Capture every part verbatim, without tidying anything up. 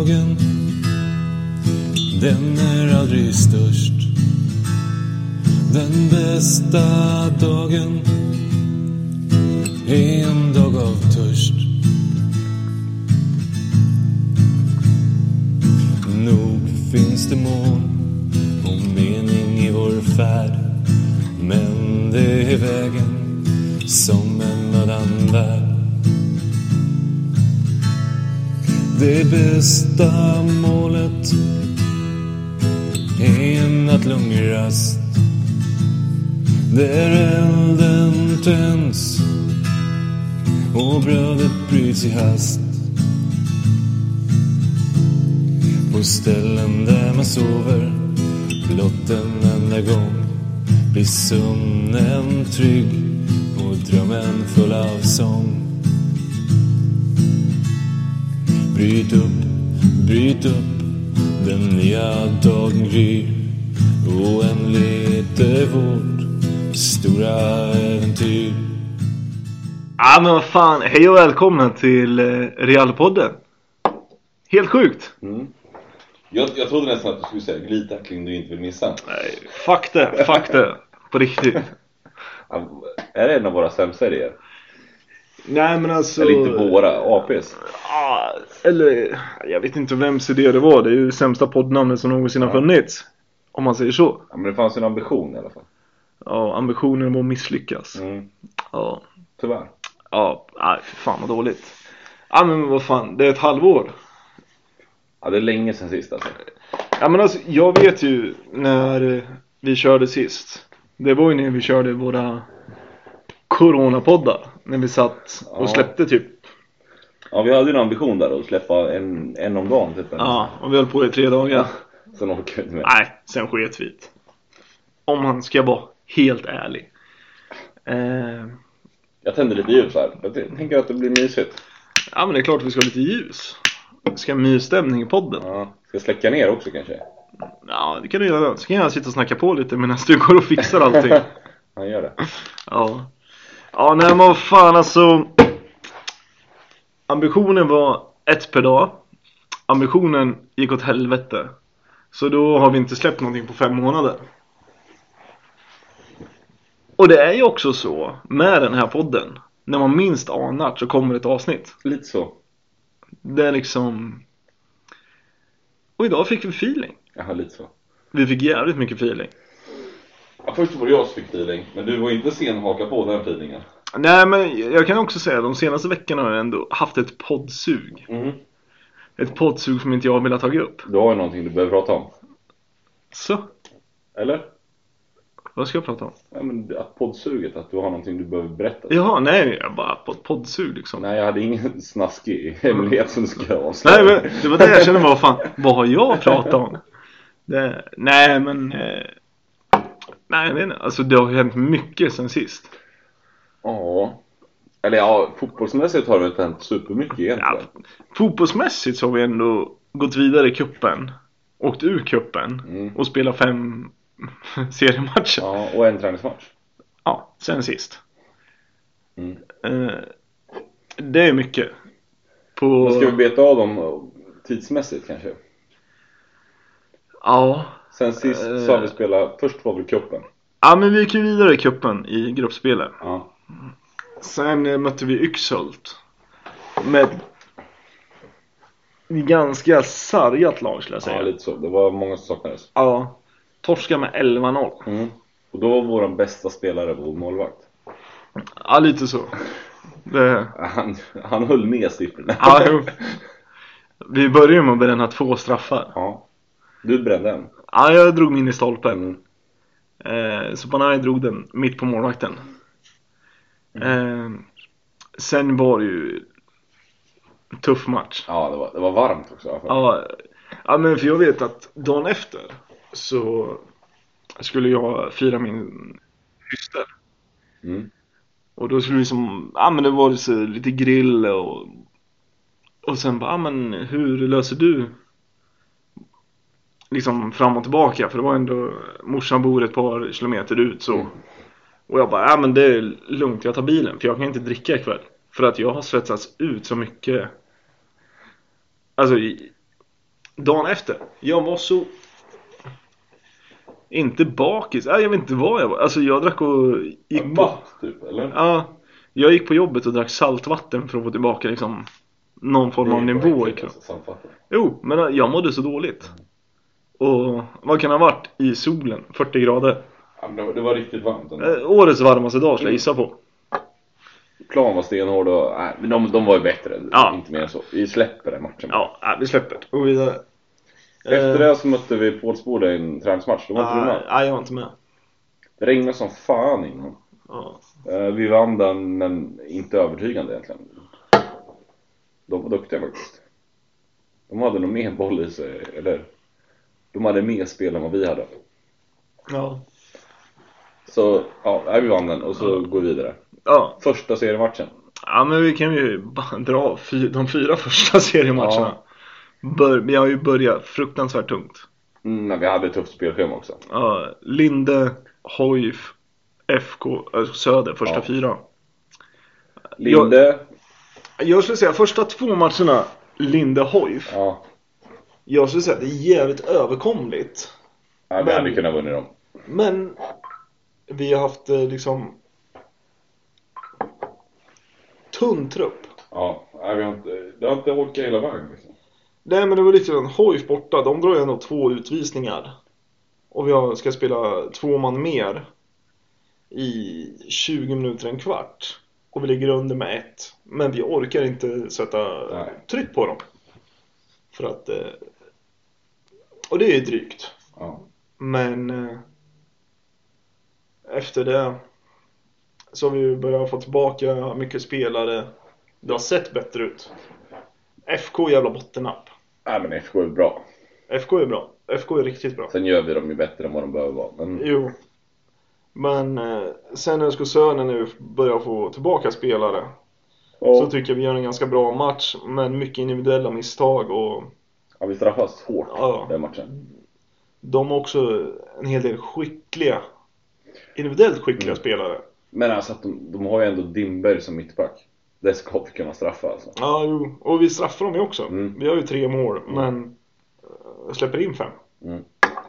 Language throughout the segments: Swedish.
dagen, den är aldrig störst. Den bästa dagen är en dag av törst. Nog finns det mål och mening i vår färd, men det är vägen som en annan värld. Det bästa målet är en nattlungrast, där elden tänds och brödet bryts i hast. På ställen där man sover blott en enda gång blir sömnen trygg och drömmen full av sång. Bryt upp, bryt upp, den nya dagen gryr. Oändligt är vårt stora äventyr. Ja, men vad fan, hej och välkommen till Realpodden. Helt sjukt. Mm. Jag, jag trodde nästan att du skulle säga glidtackling du inte vill missa. Nej, fuck det, fuck det. På riktigt. Är det en av våra sämsta idéer? Nej, men alltså... Eller inte våra, A P's? Ja, eller... Jag vet inte vems idé det var. Det är ju det sämsta poddnamnet som någonsin ja. har funnits. Om man säger så. Ja, men det fanns en ambition i alla fall. Ja, ambitionen var att misslyckas. Mm. Ja. Tyvärr. Ja, nej, för fan vad dåligt. Ja, men vad fan, det är ett halvår. Ja, det är länge sedan sist alltså. Ja, men alltså, jag vet ju när vi körde sist. Det var ju när vi körde våra coronapoddar. När vi satt och ja. släppte typ. Ja, vi hade ju en ambition där att släppa en, en om dagen typ. Ja, och vi höll på i tre dagar. Ja. Sen orkade vi inte med. Nej, sen sket vi. Om man ska vara helt ärlig. Eh... Jag tänder lite ljus här. Jag tänker att det blir mysigt. Ja, men det är klart att vi ska ha lite ljus. Ska mysstämning i podden. Ja, ska jag släcka ner också kanske? Ja, det kan du göra. Så kan jag sitta och snacka på lite medan du går och fixar allting. Han gör det. Ja. Ja, nej men vad fan alltså. Ambitionen var ett per dag. Ambitionen gick åt helvete. Så då har vi inte släppt någonting på fem månader. Och det är ju också så med den här podden. När man minst anar så kommer ett avsnitt. Lite så. Det är liksom... Och idag fick vi feeling. Jaha, lite så. Vi fick jävligt mycket feeling. Ja, först var det jag som fick feeling. Men du var inte sen att haka på den feelingen. Nej, men jag kan också säga att de senaste veckorna har jag ändå haft ett poddsug. Mm. Ett poddsug som inte jag vill ha tagit upp. Du har ju någonting du behöver prata om. Så? Eller? Vad ska jag prata om? Ja, men att poddsuget, att du har någonting du behöver berätta. Jaha, nej, jag bara på ett poddsug liksom. Nej, jag hade ingen snaskig hemlighet som ska avslöja. Nej, men det var det jag kände, vad fan, vad har jag pratat om? Det, nej, men eh, nej, jag vet inte, alltså det har ju hänt mycket sen sist. Ja. Eller ja, fotbollsmässigt har det inte hänt supermycket egentligen. Ja, fotbollsmässigt så har vi ändå gått vidare i kuppen. Åkt ur kuppen mm. och spelat fem seriematcher. Ja, och en träningsmatch. Ja, sen sist. Mm. Eh, det är mycket. På... Men ska vi beta av dem tidsmässigt kanske? Ja. Sen sist eh... så har vi spelat, först var vi kuppen. Ja, men vi gick ju vidare i kuppen i gruppspelet. Ja. Sen eh, mötte vi Yxhult. Med ganska sargat lag skulle jag säga. Ja, lite så. Det var många som saknades. Ja. Torska med elva noll. Mm. Och då var vår bästa spelare vår målvakt. Ja, lite så. Det... Han, han höll med siffrorna. Ja, jo. Vi började med att bränna två straffar. Ja. Du brände en. Ja, jag drog min i stolpen. Mm. Eh, Sopanay drog den mitt på målvakten. Mm. Eh, sen var det ju en tuff match. Ja, det var, det var varmt också. Ja, ja, men för jag vet att dagen efter så skulle jag fira min syster. Mm. Och då skulle vi som, ja men det var så lite grill och och sen bara, ja men hur löser du liksom fram och tillbaka, för det var ändå, morsan bor ett par kilometer ut så. Mm. Och jag bara, ja men det är lugnt, jag tar bilen för jag kan inte dricka ikväll för att jag har svetsats ut så mycket. Alltså dagen efter. Jag var så... Inte bakis. Nej, jag vet inte vad jag var. Alltså jag drack och gick En på... matt typ, eller? Ja, jag gick på jobbet och drack saltvatten för att få tillbaka liksom någon form av nivå i kroppen. Jo, men jag mådde så dåligt. Och vad kan det ha varit i solen? fyrtio grader. Ja, men det, var, det var riktigt varmt. Eh, årets varmaste dag skulle jag gissa på. Plan var stenhård och... Nej, men de, de var ju bättre. Ja. Inte mer än så. Vi släpper den matchen. Ja, nej, vi släpper. Och vidare. Efter det så mötte vi Pålsboda i en träningsmatch. De var inte med. Nej, jag var inte med. Det regnade som fan innan. Ja. Uh, vi vann den, men inte övertygande egentligen. De var duktiga faktiskt. De hade nog mer boll i sig. Eller... De hade mer spel än vad vi hade. Ja. Så, ja, vi vann den och så ja. Går vi vidare. Ja. Första seriematchen. Ja, men vi kan ju bara dra fy- de fyra första seriematcherna. Ja. Bör- vi har ju börjat fruktansvärt tungt. Mm, men vi hade ett tufft spelschema också. Ja, Linde, Hoif, F K, alltså Söder, första ja. fyra. Linde. Jag, jag skulle säga första två matcherna, Linde, Hoif. Ja. Jag skulle säga att det är jävligt överkomligt. Ja, vi men, hade kunnat vinna dem. Men vi har haft liksom tunn trupp. Ja, vi har inte, det har inte orkat hela vägen liksom. Nej, men det var lite en Hoif borta. De drar ju ändå två utvisningar. Och vi har, ska spela två man mer i tjugo minuter, en kvart. Och vi ligger under med ett. Men vi orkar inte sätta Nej. tryck på dem. För att... Och det är drygt. Ja. Men... Efter det... Så har vi börjat få tillbaka mycket spelare. Det har sett bättre ut. F K jävla bottennapp. Nej, men F K är bra. F K är bra. F K är riktigt bra. Sen gör vi dem ju bättre än vad de behöver vara. Men... Jo. Men eh, sen när Skosörnen nu börjar få tillbaka spelare. Oh. Så tycker jag vi gör en ganska bra match. Men mycket individuella misstag. Och... Ja, vi straffas hårt ja. Den matchen. De har också en hel del skickliga. Individuellt skickliga mm. spelare. Men alltså att de, de har ju ändå Dimberg som mittback. Det ska vi kunna straffa alltså. Ja, jo. Och vi straffar dem ju också. Mm. Vi har ju tre mål, mm. men uh, släpper in fem. Mm.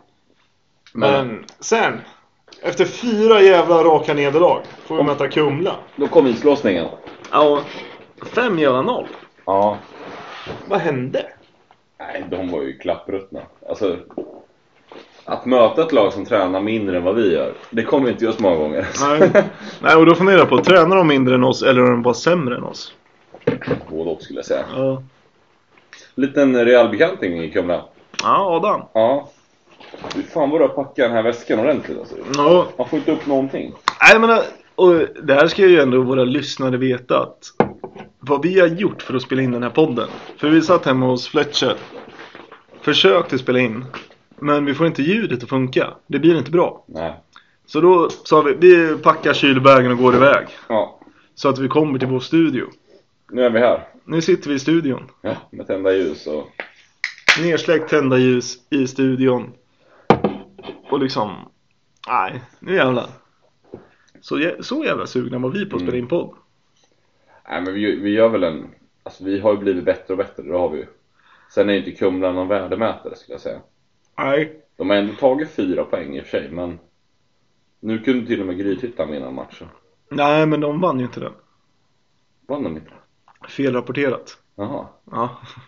Men, men sen, efter fyra jävla raka nederlag får vi möta Kumla. Då kom islåsningen. Ja, fem jävla noll. Ja. Vad hände? Nej, de var ju klappruttna. Alltså, att möta ett lag som tränar mindre än vad vi gör, det kommer inte göra så många gånger. Nej, Nej och då funderar jag på, tränar de mindre än oss eller är de bara sämre än oss? Både och skulle jag säga. Ja. Liten realbekanting i Kumla. Ja, Adam. Ja. Du fan borde packa den här väskan ordentligt alltså. Ja. Man får inte upp någonting. Nej, men och det här ska ju ändå våra lyssnare veta att vad vi har gjort för att spela in den här podden. För vi satt hemma hos Fletcher, försökte spela in, men vi får inte ljudet att funka. Det blir inte bra. Nej. Så då sa vi, vi packar kylbägen och går iväg. Ja. Så att vi kommer till vår studio. Nu är vi här. Nu sitter vi i studion. Ja, med tända ljus och... Nersläckt tända ljus i studion. Och liksom... Nej, nu jävlar. Så, så jävla sugna var vi på att spela in podd. Nej, men vi, vi gör väl en... Alltså vi har ju blivit bättre och bättre, det har vi ju. Sen är ju inte Kumla någon värdemätare skulle jag säga. Nej. De har ändå tagit fyra poäng i och för sig, men... Nu kunde till och med Grythyttan vinna matchen. Nej, men de vann ju inte den. Vann de inte? Felrapporterat. Jaha. Ja.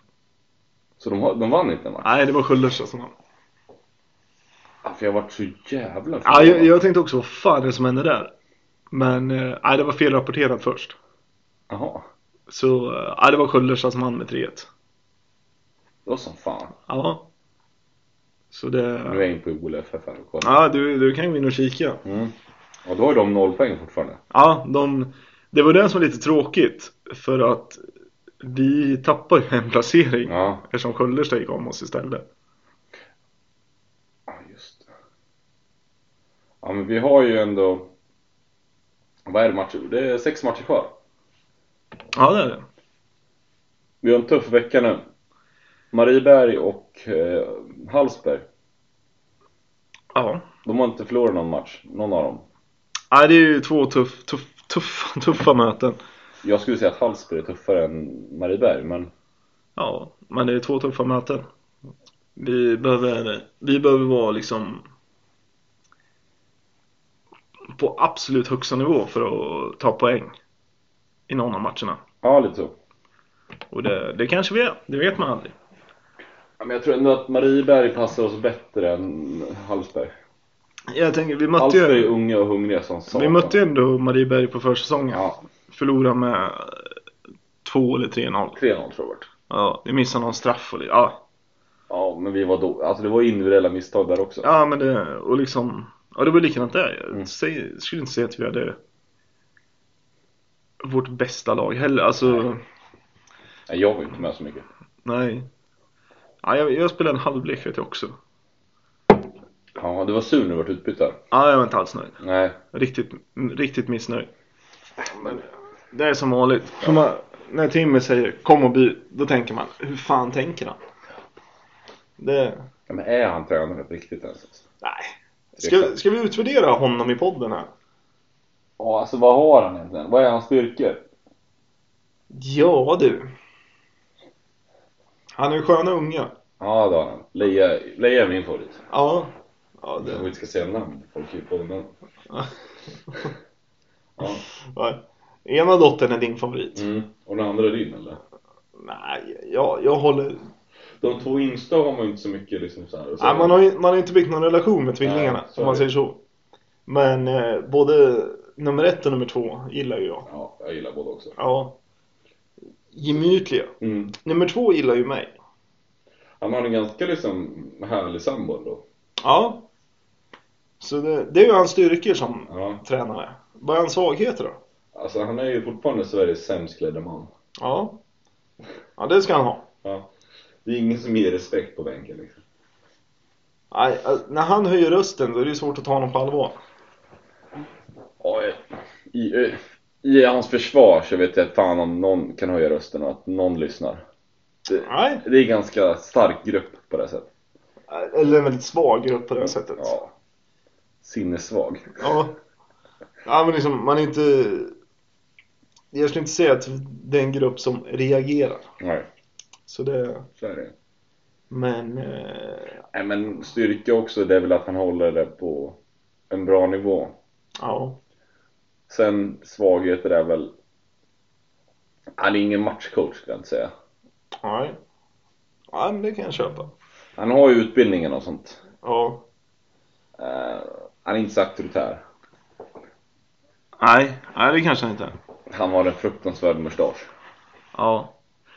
Så de, har, de vann inte en match? Nej, det var Sköllersta som vann. Ja, för jag har varit så jävla... Ja, jag, jag tänkte också, vad fan är det som hände där? Men, eh, nej, det var felrapporterat först. Jaha. Så, ja, det var Sköllersta som vann med tre ett. Det var som fan. Ja. Så det... Nu är jag in på O L F F här och kolla. Ja, du, du kan gå in och kika. Mm. Och då har de noll poäng fortfarande. Ja, de... Det var det som var lite tråkigt. För att vi tappar ju en placering. Ja. Eftersom Sköllersta gick om oss istället. Ja, just det. Ja, men vi har ju ändå... Vad är det matcher? Det är sex matcher kvar. Ja, det är det. Vi har en tuff vecka nu. Marieberg och eh, Hallsberg. Ja. De har inte förlorat någon match, någon av dem. Nej, det är ju två tuff, tuff, tuff, tuffa möten. Jag skulle säga att Hallsberg är tuffare än Marieberg, men... Ja, men det är två tuffa möten. Vi behöver, vi behöver vara liksom på absolut högsta nivå för att ta poäng i någon av matcherna. Ja, lite så. Och det, det kanske vi är, det vet man aldrig. Ja, men jag tror ändå att Marieberg passar oss bättre än Hallsberg. Jag tänker, vi mötte Hallsberg är ju, unga och hungriga som satan. vi mötte ju ändå Marieberg på försäsongen. Ja, Förlorade med två eller tre noll. tre noll tror jag det. Ja, vi missade någon straff och det, ja. Ja, men vi var då, alltså det var individuella misstag där också. Ja, men det, och liksom, ja det var likadant där. Jag Mm. säger, skulle inte säga att vi hade vårt bästa lag heller, alltså, nej. Nej, jag var inte med så mycket. nej. Ja, jag, jag spelade en halvlek vet jag också. Ja, det var sur när du var utbytt där. Ja, jag var inte alls nöjd. Nej. Riktigt, riktigt missnöjd. Men det är som vanligt. För man, när Timmy säger kom och by, då tänker man, hur fan tänker han? Det... Ja, men är han tränare på riktigt ens? Nej. Ska, ska vi utvärdera honom i podden här? Ja, alltså vad har han egentligen? Vad är hans styrkor? Ja du. Han är ju sköna unga. Ja, då har han. Leia, Leia är min favorit. Ja. Ja, Det... Om vi det... inte ska säga namn. Folk är på den. Ja. Ja. Ena dottern är din favorit. Mm. Och den andra är din, eller? Nej, jag, jag håller... De två yngsta har man ju inte så mycket liksom så här. Och så... Nej, man har ju man har inte byggt någon relation med tvillingarna, Nej, så om man är säger det. så. Men eh, både nummer ett och nummer två gillar ju jag. Ja, jag gillar båda också. Ja. Gemytliga. Mm. Nummer två gillar ju mig. Han har en ganska liksom härlig sambo då. Ja. Så det, det är ju hans styrkor som Ja. tränare. Vad är hans svagheter då? Alltså han är ju fortfarande Sveriges sämst klädda man. Ja. Ja, det ska han ha. Ja. Det är ingen som ger respekt på bänken liksom. Nej, när han höjer rösten då är det svårt att ta honom på allvar. Ja, i, i, i hans försvar så vet jag fan om någon kan höja rösten och att någon lyssnar. Det, Nej. det är en ganska stark grupp på det sättet. Eller en väldigt svag grupp på det här sättet. Ja. Sinnessvag. Ja. Ja, men liksom, man är inte... Jag skulle inte säga att det är en grupp som reagerar. Nej, Så det... så är det. Men... Eh... Nej, men styrka också, det är väl att han håller det på en bra nivå. Ja. Sen svagheter är väl... Han är ingen matchcoach, kan jag inte säga. Nej. Ja, men det kan jag köpa. Han har ju utbildningen och sånt. Ja. Uh, han är inte så auktoritär. Nej, nej det kanske han inte är. Han har en fruktansvärd mustasch. Ja.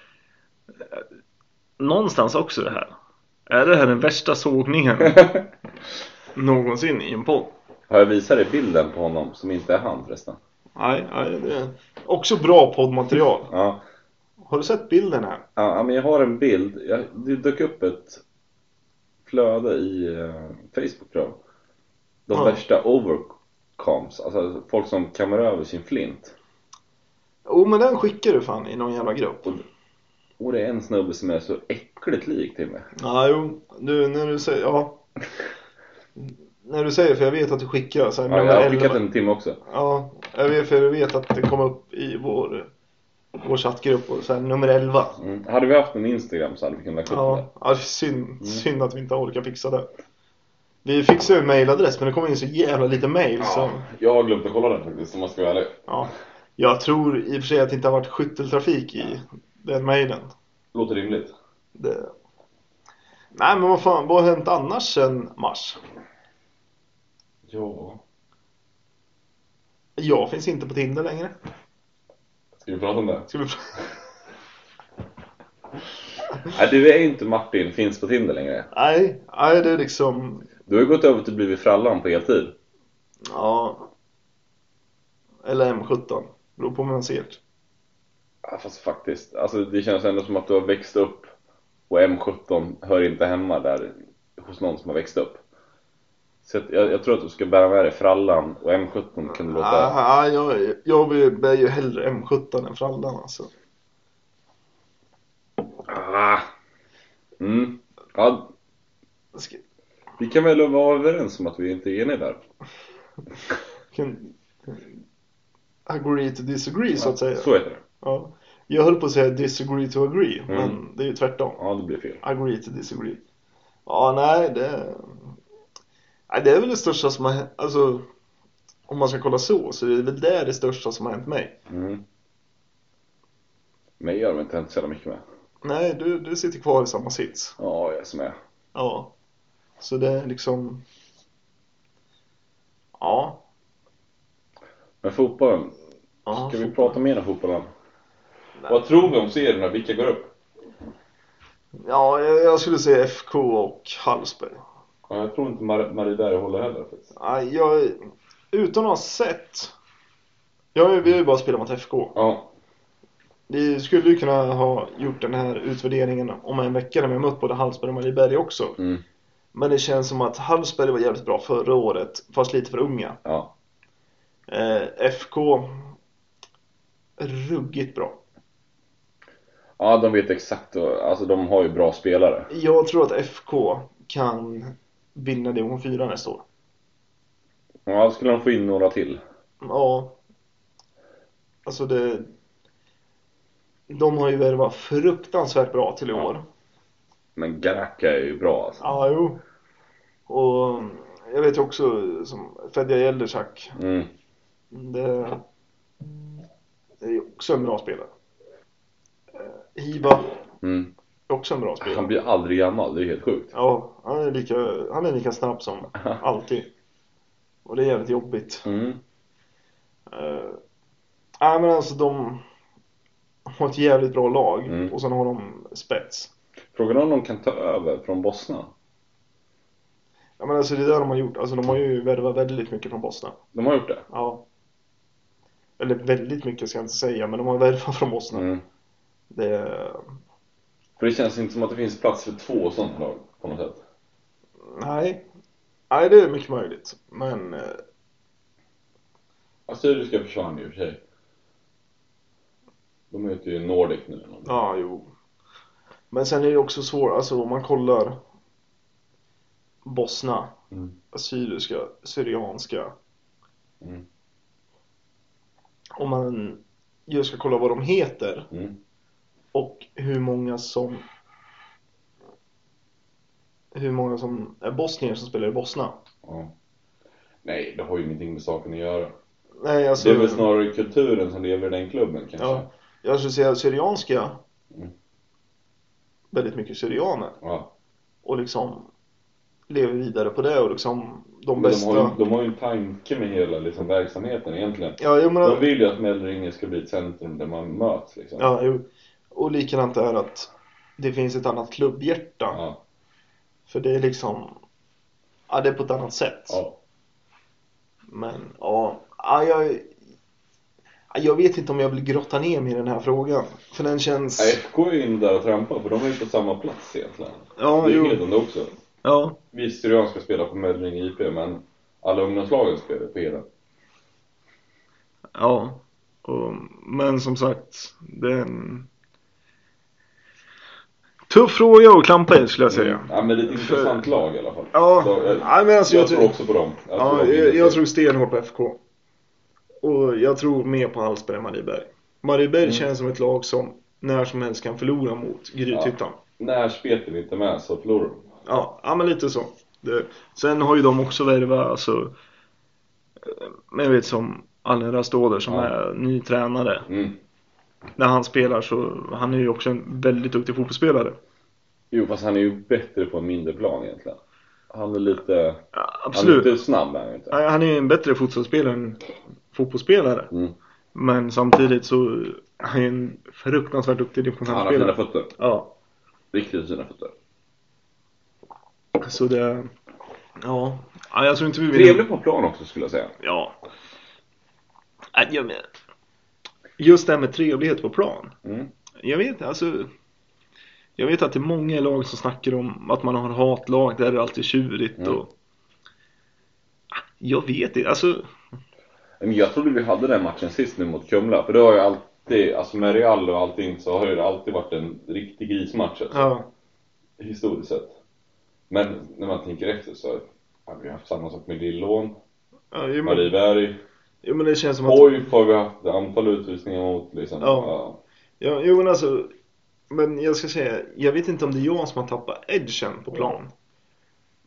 Någonstans också det här. Är det här den värsta sågningen någonsin i en podd? Har jag visat dig bilden på honom som inte är han förresten? Nej, nej, det är också bra poddmaterial. Ja. Har du sett bilden här? Ja, men jag har en bild. Jag, det dök upp ett flöde i uh, Facebook tror jag. De Ja. värsta overcoms. Alltså folk som kammar över sin flint. Jo, men den skickar du fan i någon jävla grupp. Och, och det är en snubbe som är så äckligt lik till mig. Ja, jo. Du, när du säger... Ja. När du säger, för jag vet att du skickar så här, Ja, nummer jag har elva. skickat en timme också. Ja, jag vet, för jag vet att det kom upp i vår, vår chattgrupp och så här, nummer elva. Mm. Hade vi haft en Instagram så hade vi kunnat lägga upp Ja, det. ja, det är synd, synd att vi inte orkar fixa det. Vi fixar ju en mailadress, men det kommer in så jävla lite mail. Så, Ja, jag har glömt att kolla den faktiskt, om man ska vara ärlig. ja. Jag tror i och för sig att det inte har varit skytteltrafik i den mailen. Låter rimligt. Det... Nej, men vad fan, vad har hänt annars sen mars? Ja. Jag finns inte på Tinder längre. Ska vi prata om det? Ska vi... Nej, du är inte Martin, finns på Tinder längre. nej, nej, det är liksom... Du har ju gått över till att bli frallan på heltid. Ja. Eller M sjutton. Beror på hur man ser. Ja, fast faktiskt. Alltså det känns ändå som att du har växt upp. Och M sjutton hör inte hemma där hos någon som har växt upp. Så jag, jag tror att du ska bära med dig frallan. Och M sjutton kan du låta... Ah, jag, jag bär ju hellre M sjutton än frallan alltså. Ah. Mm. Ja, Ska... vi kan väl vara överens om att vi inte är eniga där. Kan... Agree to disagree så att säga. Så heter det. Ja. Jag höll på att säga disagree to agree. Mm. Men det är ju tvärtom. Ja, det blir fel. Agree to disagree. Ja, nej, det... Nej, det är väl det största som har hänt. Alltså, om man ska kolla så, så är det väl det, det största som har hänt mig. Mm. Men jag har inte hänt så jävla mycket med. Nej, du, du sitter kvar i samma sits. Ja, jag är som är. Ja. Så det är liksom... Ja. Men fotbollen, Ja, ska vi fotboll. prata mer om fotbollen? Nej. Vad tror vi om serierna? Vilka går upp? Ja, jag, jag skulle säga F K och Hallsberg. Ja, jag tror inte Mar- Marieberg håller heller faktiskt. Nej, jag... Utan att ha sett... Jag, vi har ju bara spelat mot F K. Ja. Vi skulle ju kunna ha gjort den här utvärderingen om en vecka när vi har mött både Hallsberg och Marieberg också. Mm. Men det känns som att Hallsberg var jävligt bra förra året, fast lite för unga. Ja. Eh, F K ruggigt bra. Ja, de vet exakt. Alltså de har ju bra spelare. Jag tror att F K kan vinna division fyra nästa år. Ja, skulle de få in några till. Ja. Alltså det... De har ju värvat fruktansvärt bra till i år. Men Garaka är ju bra alltså. Ja, jo. Och jag vet ju också som Fedja Jeldersak. Mm. Det, det är också en bra spelare. Eh, Hiba Mm. är också en bra spelare. Han blir aldrig gammal, det är helt sjukt. Ja, han är lika, han är lika snabb som alltid. Och det är jävligt jobbigt. Mm. Uh, Nej men alltså de har ett jävligt bra lag. Mm. Och sen har de spets. Frågan är om de kan ta över från Bosna. Ja men alltså det är det de har gjort. Alltså de har ju värvat väldigt mycket från Bosna. De har gjort det? Ja. Eller väldigt mycket ska jag inte säga. Men de har värvat från Bosna. Mm. Det... För det känns inte som att det finns plats för två sådana lag på något sätt. Nej. Nej det är mycket möjligt. Men... eh, Assyriska försvann ju i och för sig. De heter ju Nordic nu. eller något. Ja, jo. Men sen är det också svårt. Alltså om man kollar Bosna, Mm. assyriska, syrianska. Mm. Om man just ska kolla vad de heter. Mm. Och hur många som hur många som är bosnier som spelar i Bosna. Ja. Nej, det har ju ingenting med saken att göra. Nej, alltså, Det är väl snarare kulturen som lever i den klubben kanske. ja, jag skulle säga syrianska. Mm. Väldigt mycket syrianer. Ja. Och liksom lever vidare på det. Och liksom de Men bästa... de, har ju, de har ju en tanke med hela liksom, verksamheten egentligen. Ja, jag menar... De vill ju att Mellringe ska bli ett centrum där man möts liksom. Ja, jo. Och likadant är att det finns ett annat klubbhjärta. Ja. För det är liksom... Ja, det är på ett annat sätt. Ja. Men, ja... ja jag, ja, jag vet inte om jag vill grotta ner mig i den här frågan. För den känns... Nej, F K är ju in där och trampar, för de är ju på samma plats egentligen. Ja, det är jo. ju det också. Ja. Vi syrian ska spela på Mellringe I P, men alla ungdomslagen spelar på hela. Ja. Och, men som sagt, det är en... tuff fråga att klampa i, skulle jag säga. Mm. Ja, men det är ett För- intressant lag i alla fall. Ja, Så, jag, nej, men alltså, jag, jag tror tror- också på dem. Jag Ja, tror de jag, vinner. jag tror stenhårt på F K. Och jag tror mer på Hallsberg än Marieberg. Marieberg Mm. känns som ett lag som när som helst kan förlora mot Grythyttan. När Speter inte med så förlorar de. Ja, ja men lite så. Det, sen har ju de också värvat, alltså, eh, men jag vet som Allen Raståder som Ja. är ny tränare. Mm. När han spelar så, han är ju också en väldigt duktig fotbollsspelare. Jo, fast han är ju bättre på en mindre plan egentligen. Han är lite, Ja, han är absolut. lite snabb är han inte. Han han är ju en bättre fotbollsspelare än fotbollsspelare. Mm. Men samtidigt så är han ju en fruktansvärt duktig Han har fina divisionspelare. fötter. Ja, Riktigt fina fötter. så det... Ja, ja jag tror inte vi vill... Trevlig på plan också skulle jag säga. Ja. Nej, jag men... Just det här med trevlighet på plan. Mm. Jag vet alltså... Jag vet att det är många lag som snackar om att man har hatlag där det alltid är tjurigt Mm. och... Jag vet inte, alltså... Men jag trodde vi hade den matchen sist nu mot Kumla. För det har ju alltid, alltså med Real och allting så har det alltid varit en riktig grismatch alltså, Ja, historiskt sett. Men när man tänker efter så har vi haft samma sak med Lillån, ja jo, men, Marieberg, jo, men det känns som att... Oj har vi haft ett antal utvisningar mot liksom. Ja. Ja, jo men alltså... Men jag ska säga, jag vet inte om det är jag som har tappat edgen på plan.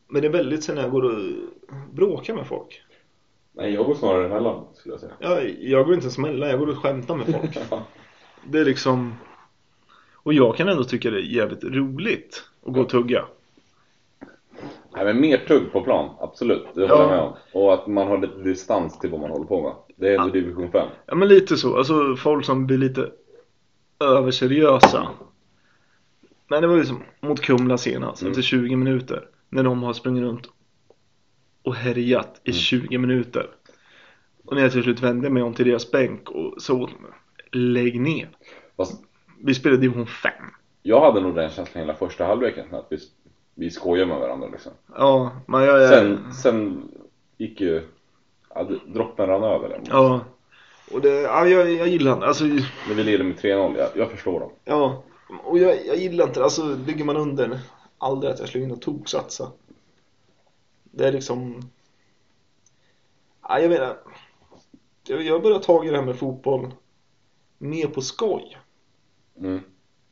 Men det är väldigt sen när jag går och bråkar med folk. Nej, jag går snarare emellan, skulle jag säga. Ja, jag går inte ens emellan, jag går och skämtar med folk. Det är liksom... Och jag kan ändå tycka det är jävligt roligt att gå och tugga. Nej, men mer tugg på plan, absolut, det håller Ja. jag med om. Och att man har lite distans till vad man håller på med. Det är ändå Ja. division fem. Ja, men lite så. Alltså folk som blir lite överseriösa. Men det var ju som mot Kumla senast, Mm. efter tjugo minuter. När de har sprungit runt och härjat i Mm. tjugo minuter. Och när jag till slut vände mig om till deras bänk och så lägg ner. Fast Vi spelade division fem. jag hade nog den känslan hela första halvleken, att vi, vi skojar med varandra liksom. Ja, men jag... jag Sen, sen gick ju... Ja, droppen rann över. Eller? ja. Och det, ja, jag, jag gillar inte, alltså... När vi leder med tre noll, jag, jag förstår dem. Ja, och jag, jag gillar inte, alltså ligger man under, aldrig att jag slår in och toksatsa. Det är liksom... Ja, jag menar... Jag, jag börjar ta i det här med fotboll mer på skoj Mm.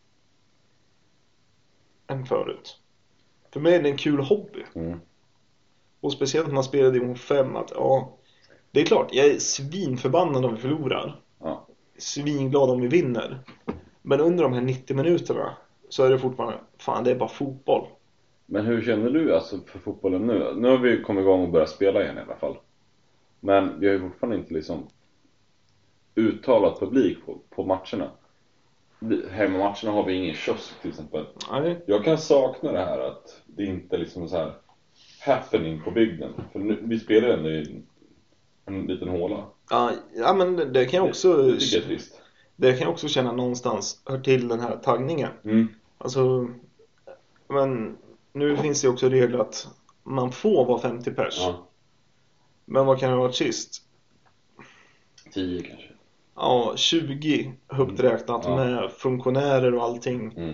än förut. För mig är det en kul hobby. Mm. Och speciellt när man spelar division fem, att ja... Det är klart, jag är svinförbannad om vi förlorar. Ja. Svinglad om vi vinner. Men under de här nittio minuterna så är det fortfarande, fan det är bara fotboll. Men hur känner du alltså för fotbollen nu? Nu har vi kommit igång och börjat spela igen i alla fall. Men vi har ju fortfarande inte liksom uttalat publik på, på matcherna. Hemmamatcherna har vi ingen kiosk till exempel. Nej. Jag kan sakna det här att det inte är liksom så här happening på bygden. För nu, vi spelar ändå i en, en liten håla. Ja, ja men det, det kan jag också Det tycker jag är trist. det kan jag också känna någonstans hör till den här taggningen. Mm. Alltså, men nu finns det också regler att man får vara femtio pers. Ja, Men vad kan det ha varit sist? tio kanske. Ja, tjugo högt räknat Ja. med funktionärer och allting. Mm.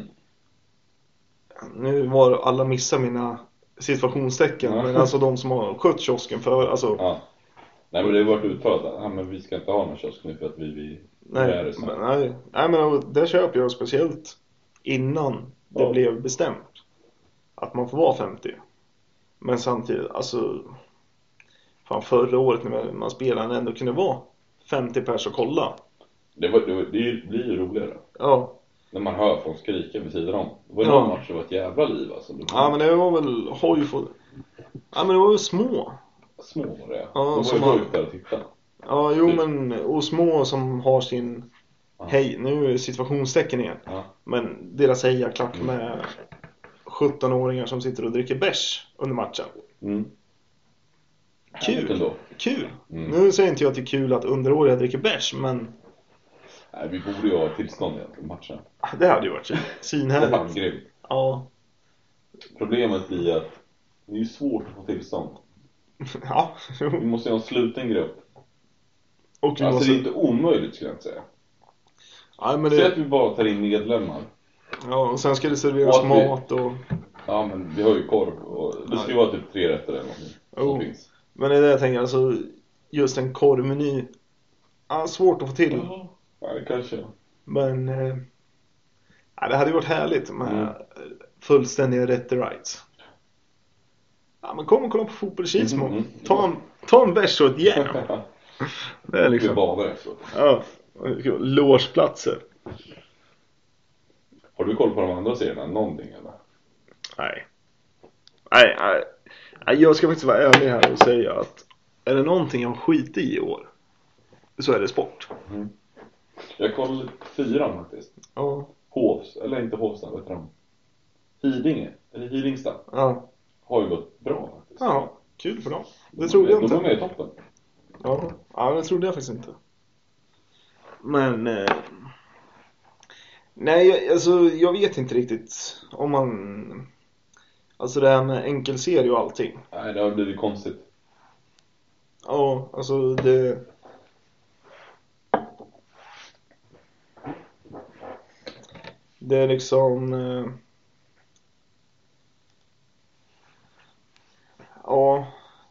Nu var alla missar mina situationstecken. Ja. Men alltså de som har skött kiosken för, alltså... Ja. Nej, men det har varit uttalat att ja, men vi ska inte ha någon kiosk nu för att vi, vi Nej, är det så. men, nej, nej, men det köper jag speciellt innan det Ja. blev bestämt att man får vara femtio. Men samtidigt, alltså fan förra året när man spelade ändå kunde vara femtio pers och kolla. Det, var, det, var, det blir ju roligare Ja, när man hör folk skrika vid sidan om. Det var Ja. någon match, det var ett jävla liv alltså. Det ja men det var väl hojfot. Ja men det var väl små. små var det. Ja, de var som ju har- sjukt där och titta. Ja, jo men och små som har sin Ja. hej, nu är situationstecken igen. Ja. Men deras hejaklack med sjutton-åringar som sitter och dricker bärs under matchen. Mm. Kul. Härligt ändå. Kul. Mm. Nu säger inte jag att det är kul att underåriga dricker bärs, men Nej, vi borde ju ha tillstånd egentligen i matchen. det hade ju varit Det är svinhärligt. fan grymt. Ja. Problemet blir att det är ju svårt att få tillstånd. Ja. Vi måste ju ha en sluten grupp. Och vi Alltså måste... det är inte omöjligt skulle jag inte säga. Ja, men Säg det... att vi bara tar in medlemmar. ja, och sen ska det serveras Och att vi- mat och... Ja, men vi har ju korv och det ska ju vara typ tre rätter eller någonting som Oh. finns. Men det är det jag tänker, alltså just en korvmeny. Ja, svårt att få till. Ja, ja, det kanske. Men eh, ja, det hade ju varit härligt med Mm. fullständiga rätt rights. Ja, men kom och kolla på fotboll i Kilsmo. Mm, mm. Ta en, ta en bärs och ett järn. Det är Vi liksom... badar efteråt. Ja, låsplatser. Har du koll på de andra serierna? Någonting eller? Nej. Nej, nej. Nej, jag ska faktiskt vara ärlig här och säga att är det någonting jag skiter i i år så är det sport. Mm. Jag kollade fyran faktiskt. Ja, Hovs, eller inte Hovsta, vad heter de? Hidinge, eller Hidingstad. ja, Har ju gått bra faktiskt. ja, kul för dem. Det trodde jag De var inte. med i toppen. Ja, ja, det trodde jag faktiskt inte. Men eh, nej, jag- alltså jag vet inte riktigt om man, alltså det här med enkelserie och allting. Nej, det har blivit konstigt. Ja, alltså det det är liksom eh, ja.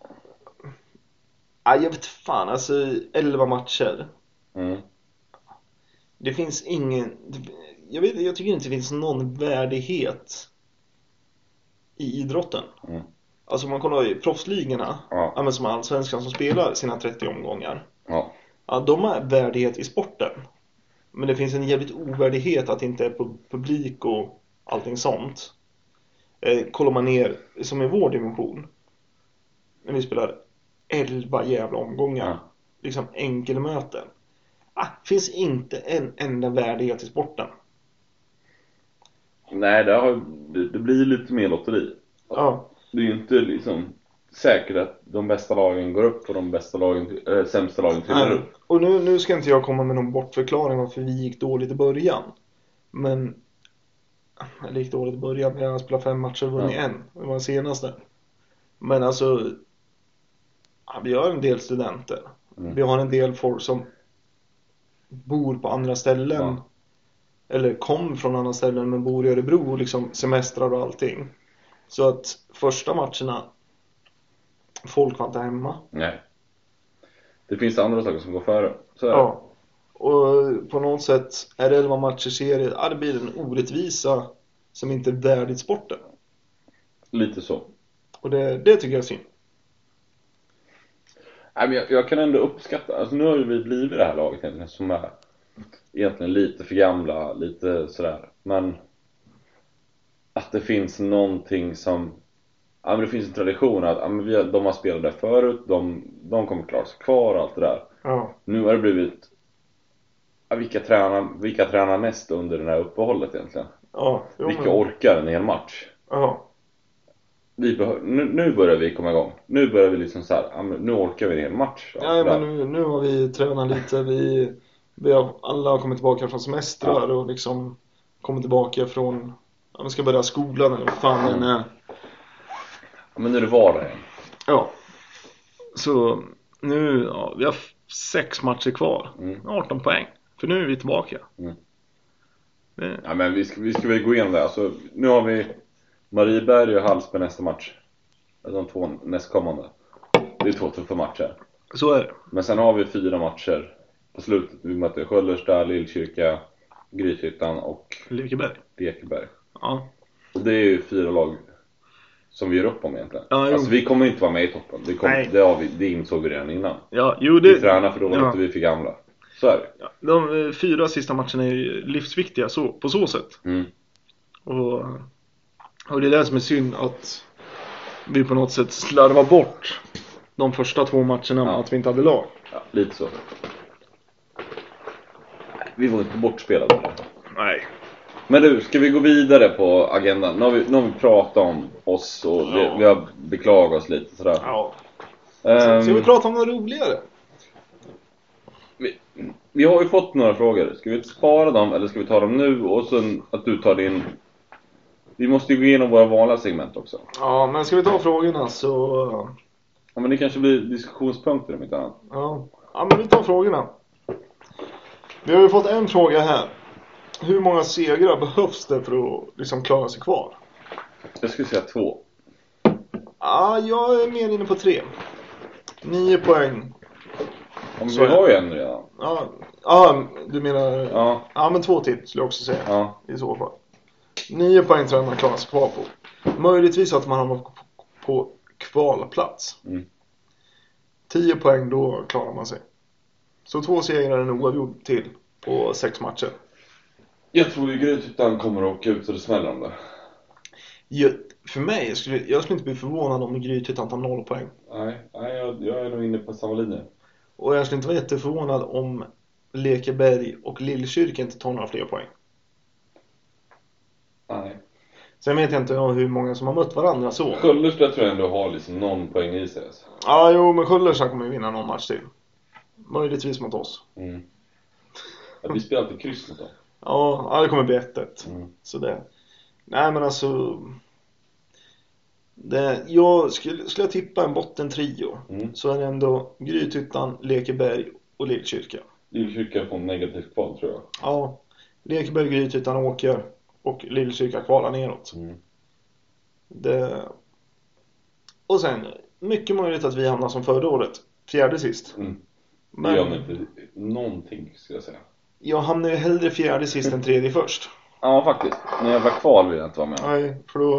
Ja, jag vet fan, alltså elva matcher. Mm. Det finns ingen, jag vet, jag tycker inte det finns någon värdighet i idrotten. Mm. alltså om man kollar i proffsligorna, Ja. ja, men som allsvenskan som spelar sina trettio omgångar. Ja. Ja, de har värdighet i sporten. Men det finns en jävligt ovärdighet att det inte är på publik och allting sånt. Eh, kollar man ner, som i vår dimension, när vi spelar elva jävla omgångar, Ja. liksom enkelmöten. Ah, finns inte en enda värdighet i sporten. Nej, det, har, det, det blir lite mer lotteri. Ja, Det är ju inte liksom säkert att de bästa lagen går upp och de bästa lagen, äh, sämsta lagen trillar nej. upp. Och nu, nu ska inte jag komma med någon bortförklaring varför vi gick dåligt i början. Men eller gick dåligt i början. Jag har spelat fem matcher och vunnit Ja. en. Det var den senaste. Men alltså, ja, vi har en del studenter. Mm. Vi har en del folk som bor på andra ställen. Ja. Eller kom från andra ställen men bor i Örebro. Liksom semestrar och allting. Så att första matcherna, folk var inte hemma. Nej. Det finns andra saker som går före. Så är det. Ja. Och på något sätt är det elva matcher serie. Ja, det blir en orättvisa som inte är värdigt sporten. Lite så. Och det, det tycker jag är synd. Nej, men jag, jag kan ändå uppskatta, alltså nu har ju vi blivit det här laget egentligen som är egentligen lite för gamla, lite sådär, men att det finns någonting som, ja men det finns en tradition att ja, men vi, de har spelat där förut, de, de kommer klara sig kvar och allt det där. Ja. Nu har det blivit, ja, vilka, tränar, vilka tränar mest under det här uppehållet egentligen? Ja. Jo, Vilka men, orkar en hel match? ja. Vi behör, nu, nu börjar vi komma igång. Nu börjar vi liksom så här, ja, men nu orkar vi en hel match. Ja, men nu, nu har vi tränat lite. Vi, vi har, alla har kommit tillbaka från semestrar och liksom kommit tillbaka från, ja, vi ska börja skolan eller vad fan den är. Ja, men nu är det vardag igen. Ja. Så nu, ja, vi har f- sex matcher kvar. Mm. arton poäng. För nu är vi tillbaka. Mm. Det, Ja, men vi ska, vi ska väl gå igenom det. Alltså, nu har vi Marieberg och Hallsberg nästa match. De två nästkommande. Det är två tuffa matcher. så är det. Men sen har vi fyra matcher på slutet. Vi möter Sköllersta, Lillkyrka, Grythyttan och Lekeberg. Lekeberg. Ja. Och det är ju fyra lag som vi gör upp om egentligen. Ja, jo. Alltså vi kommer inte vara med i toppen. Det, kom, Nej. det, har vi, det insåg vi redan innan. Ja, jo det. Vi tränar för då var ja. inte vi för gamla. Så är det. Ja, de eh, fyra sista matcherna är ju livsviktiga så, på så sätt. Mm. Och, och det är det som är synd att vi på något sätt slarvar bort de första två matcherna med Ja. att vi inte hade lag. Ja, lite så. Vi var inte bortspelade där. Nej. Men du, ska vi gå vidare på agendan? Nu har vi, nu har vi pratat om oss och vi, Ja. vi har beklagat oss lite sådär. Ja. Ehm, Ska vi prata om något roligare? vi, vi har ju fått några frågor. Ska vi spara dem eller ska vi ta dem nu och sen att du tar din... Vi måste ju gå igenom våra vanliga segment också. Ja, men ska vi ta frågorna så... Ja, men det kanske blir diskussionspunkter om inte annat. Ja, ja men vi tar frågorna. Vi har ju fått en fråga här. Hur många segrar behövs det för att liksom klara sig kvar? Jag skulle säga två. Ja, jag är mer inne på tre. Nio poäng. Om Så vi är har ju en redan. Ja, ja du menar... Ja, Ja, men två till skulle jag också säga. ja. I så fall. Nio poäng tror jag man klarar sig kvar på. Möjligtvis att man hamnar på, på kvalplats. Mm. Tio poäng, då klarar man sig. Så två segrar är en oavgjord till på sex matcher. Jag tror ju Grythyttan kommer att åka ut så det smäller om det. Jag, för mig, jag skulle, jag skulle inte bli förvånad om Grythyttan tar noll poäng. Nej, nej jag, jag är nog inne på samma linje. Och jag skulle inte vara jätteförvånad om Lekeberg och Lillkyrka inte tar några fler poäng. Nej. Sen vet jag inte hur många som har mött varandra så. Sköllersta tror jag ändå har liksom någon poäng i sig. Alltså. Ja, jo, men Sköllersta kommer ju vinna någon match till. Möjligtvis mot oss. Mm. Ja, vi spelar alltid kryss mot dem. Ja, ja, det kommer bli ett ett. Mm. Så det. Nej, men alltså. Det, jag skulle, skulle jag tippa en bottentrio. Mm. Så är det ändå Grythyttan, Lekeberg och Lillkyrka. Lillkyrka får en negativ kval tror jag. Ja, Lekeberg, Grythyttan åker. Och Lillkyrka kvalar neråt. Mm. Det... Och sen, mycket möjligt att vi hamnar som förra året. Fjärde sist. Mm. Men Det gör mig inte någonting ska jag säga. jag hamnar ju hellre fjärde sist än tredje först. Ja faktiskt, när jag var kval vill jag inte vara med. Nej, för då,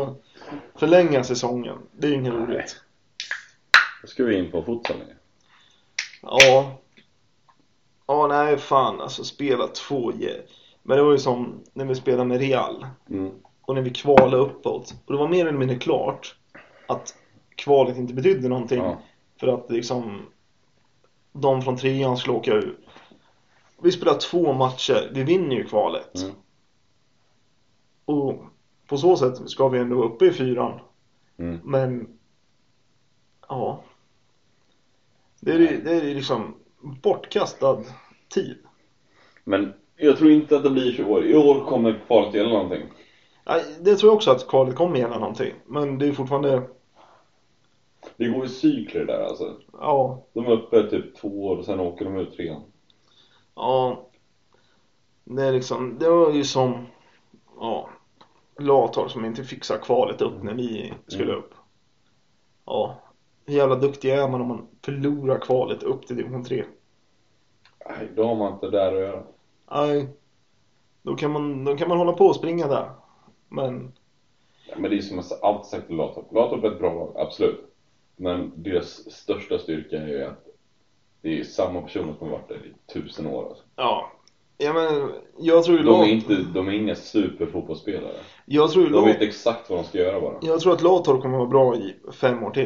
förlänga säsongen. Det är ju inget roligt. Då ska vi in på futsal. Ja. Ja, nej fan, alltså spela två yeah. Men det var ju som när vi spelade med Real. Mm. Och när vi kvalade uppåt. Och det var mer eller mindre klart att kvalet inte betydde någonting. Ja. För att liksom de från trean skulle åka ut. Vi spelar två matcher. Vi vinner ju kvalet. Mm. Och på så sätt ska vi ändå uppe i fyran. Mm. Men ja. Det är, det är liksom bortkastad tid. Men jag tror inte att det blir så i år. I år kommer kvalet gälla någonting. Nej, det tror jag också att kvalet kommer gälla någonting. Men det är fortfarande... Det går i cykler där alltså. Ja. De är uppe typ två år och sen åker de ut trean. Ja. Det är liksom... Det var ju som... Ja. Lator som inte fixar kvalet upp när vi skulle Mm. upp. Ja. Hur jävla duktig är man om man förlorar kvalet upp till division tre? Nej, då har man inte där att göra. Nej. Då kan man, då kan man hålla på och springa där. Men... Ja, men det är som jag alltid sagt till Latorp. Latorp är ett bra lag, absolut. Men deras största styrka är ju att det är samma personer som har varit där i tusen år. Alltså. Ja. Ja, men jag tror ju De är, Lat- inte, de är inga superfotbollsspelare. Jag tror ju De Lat- vet exakt vad de ska göra bara. Jag tror att Latorp kommer vara bra i fem år till.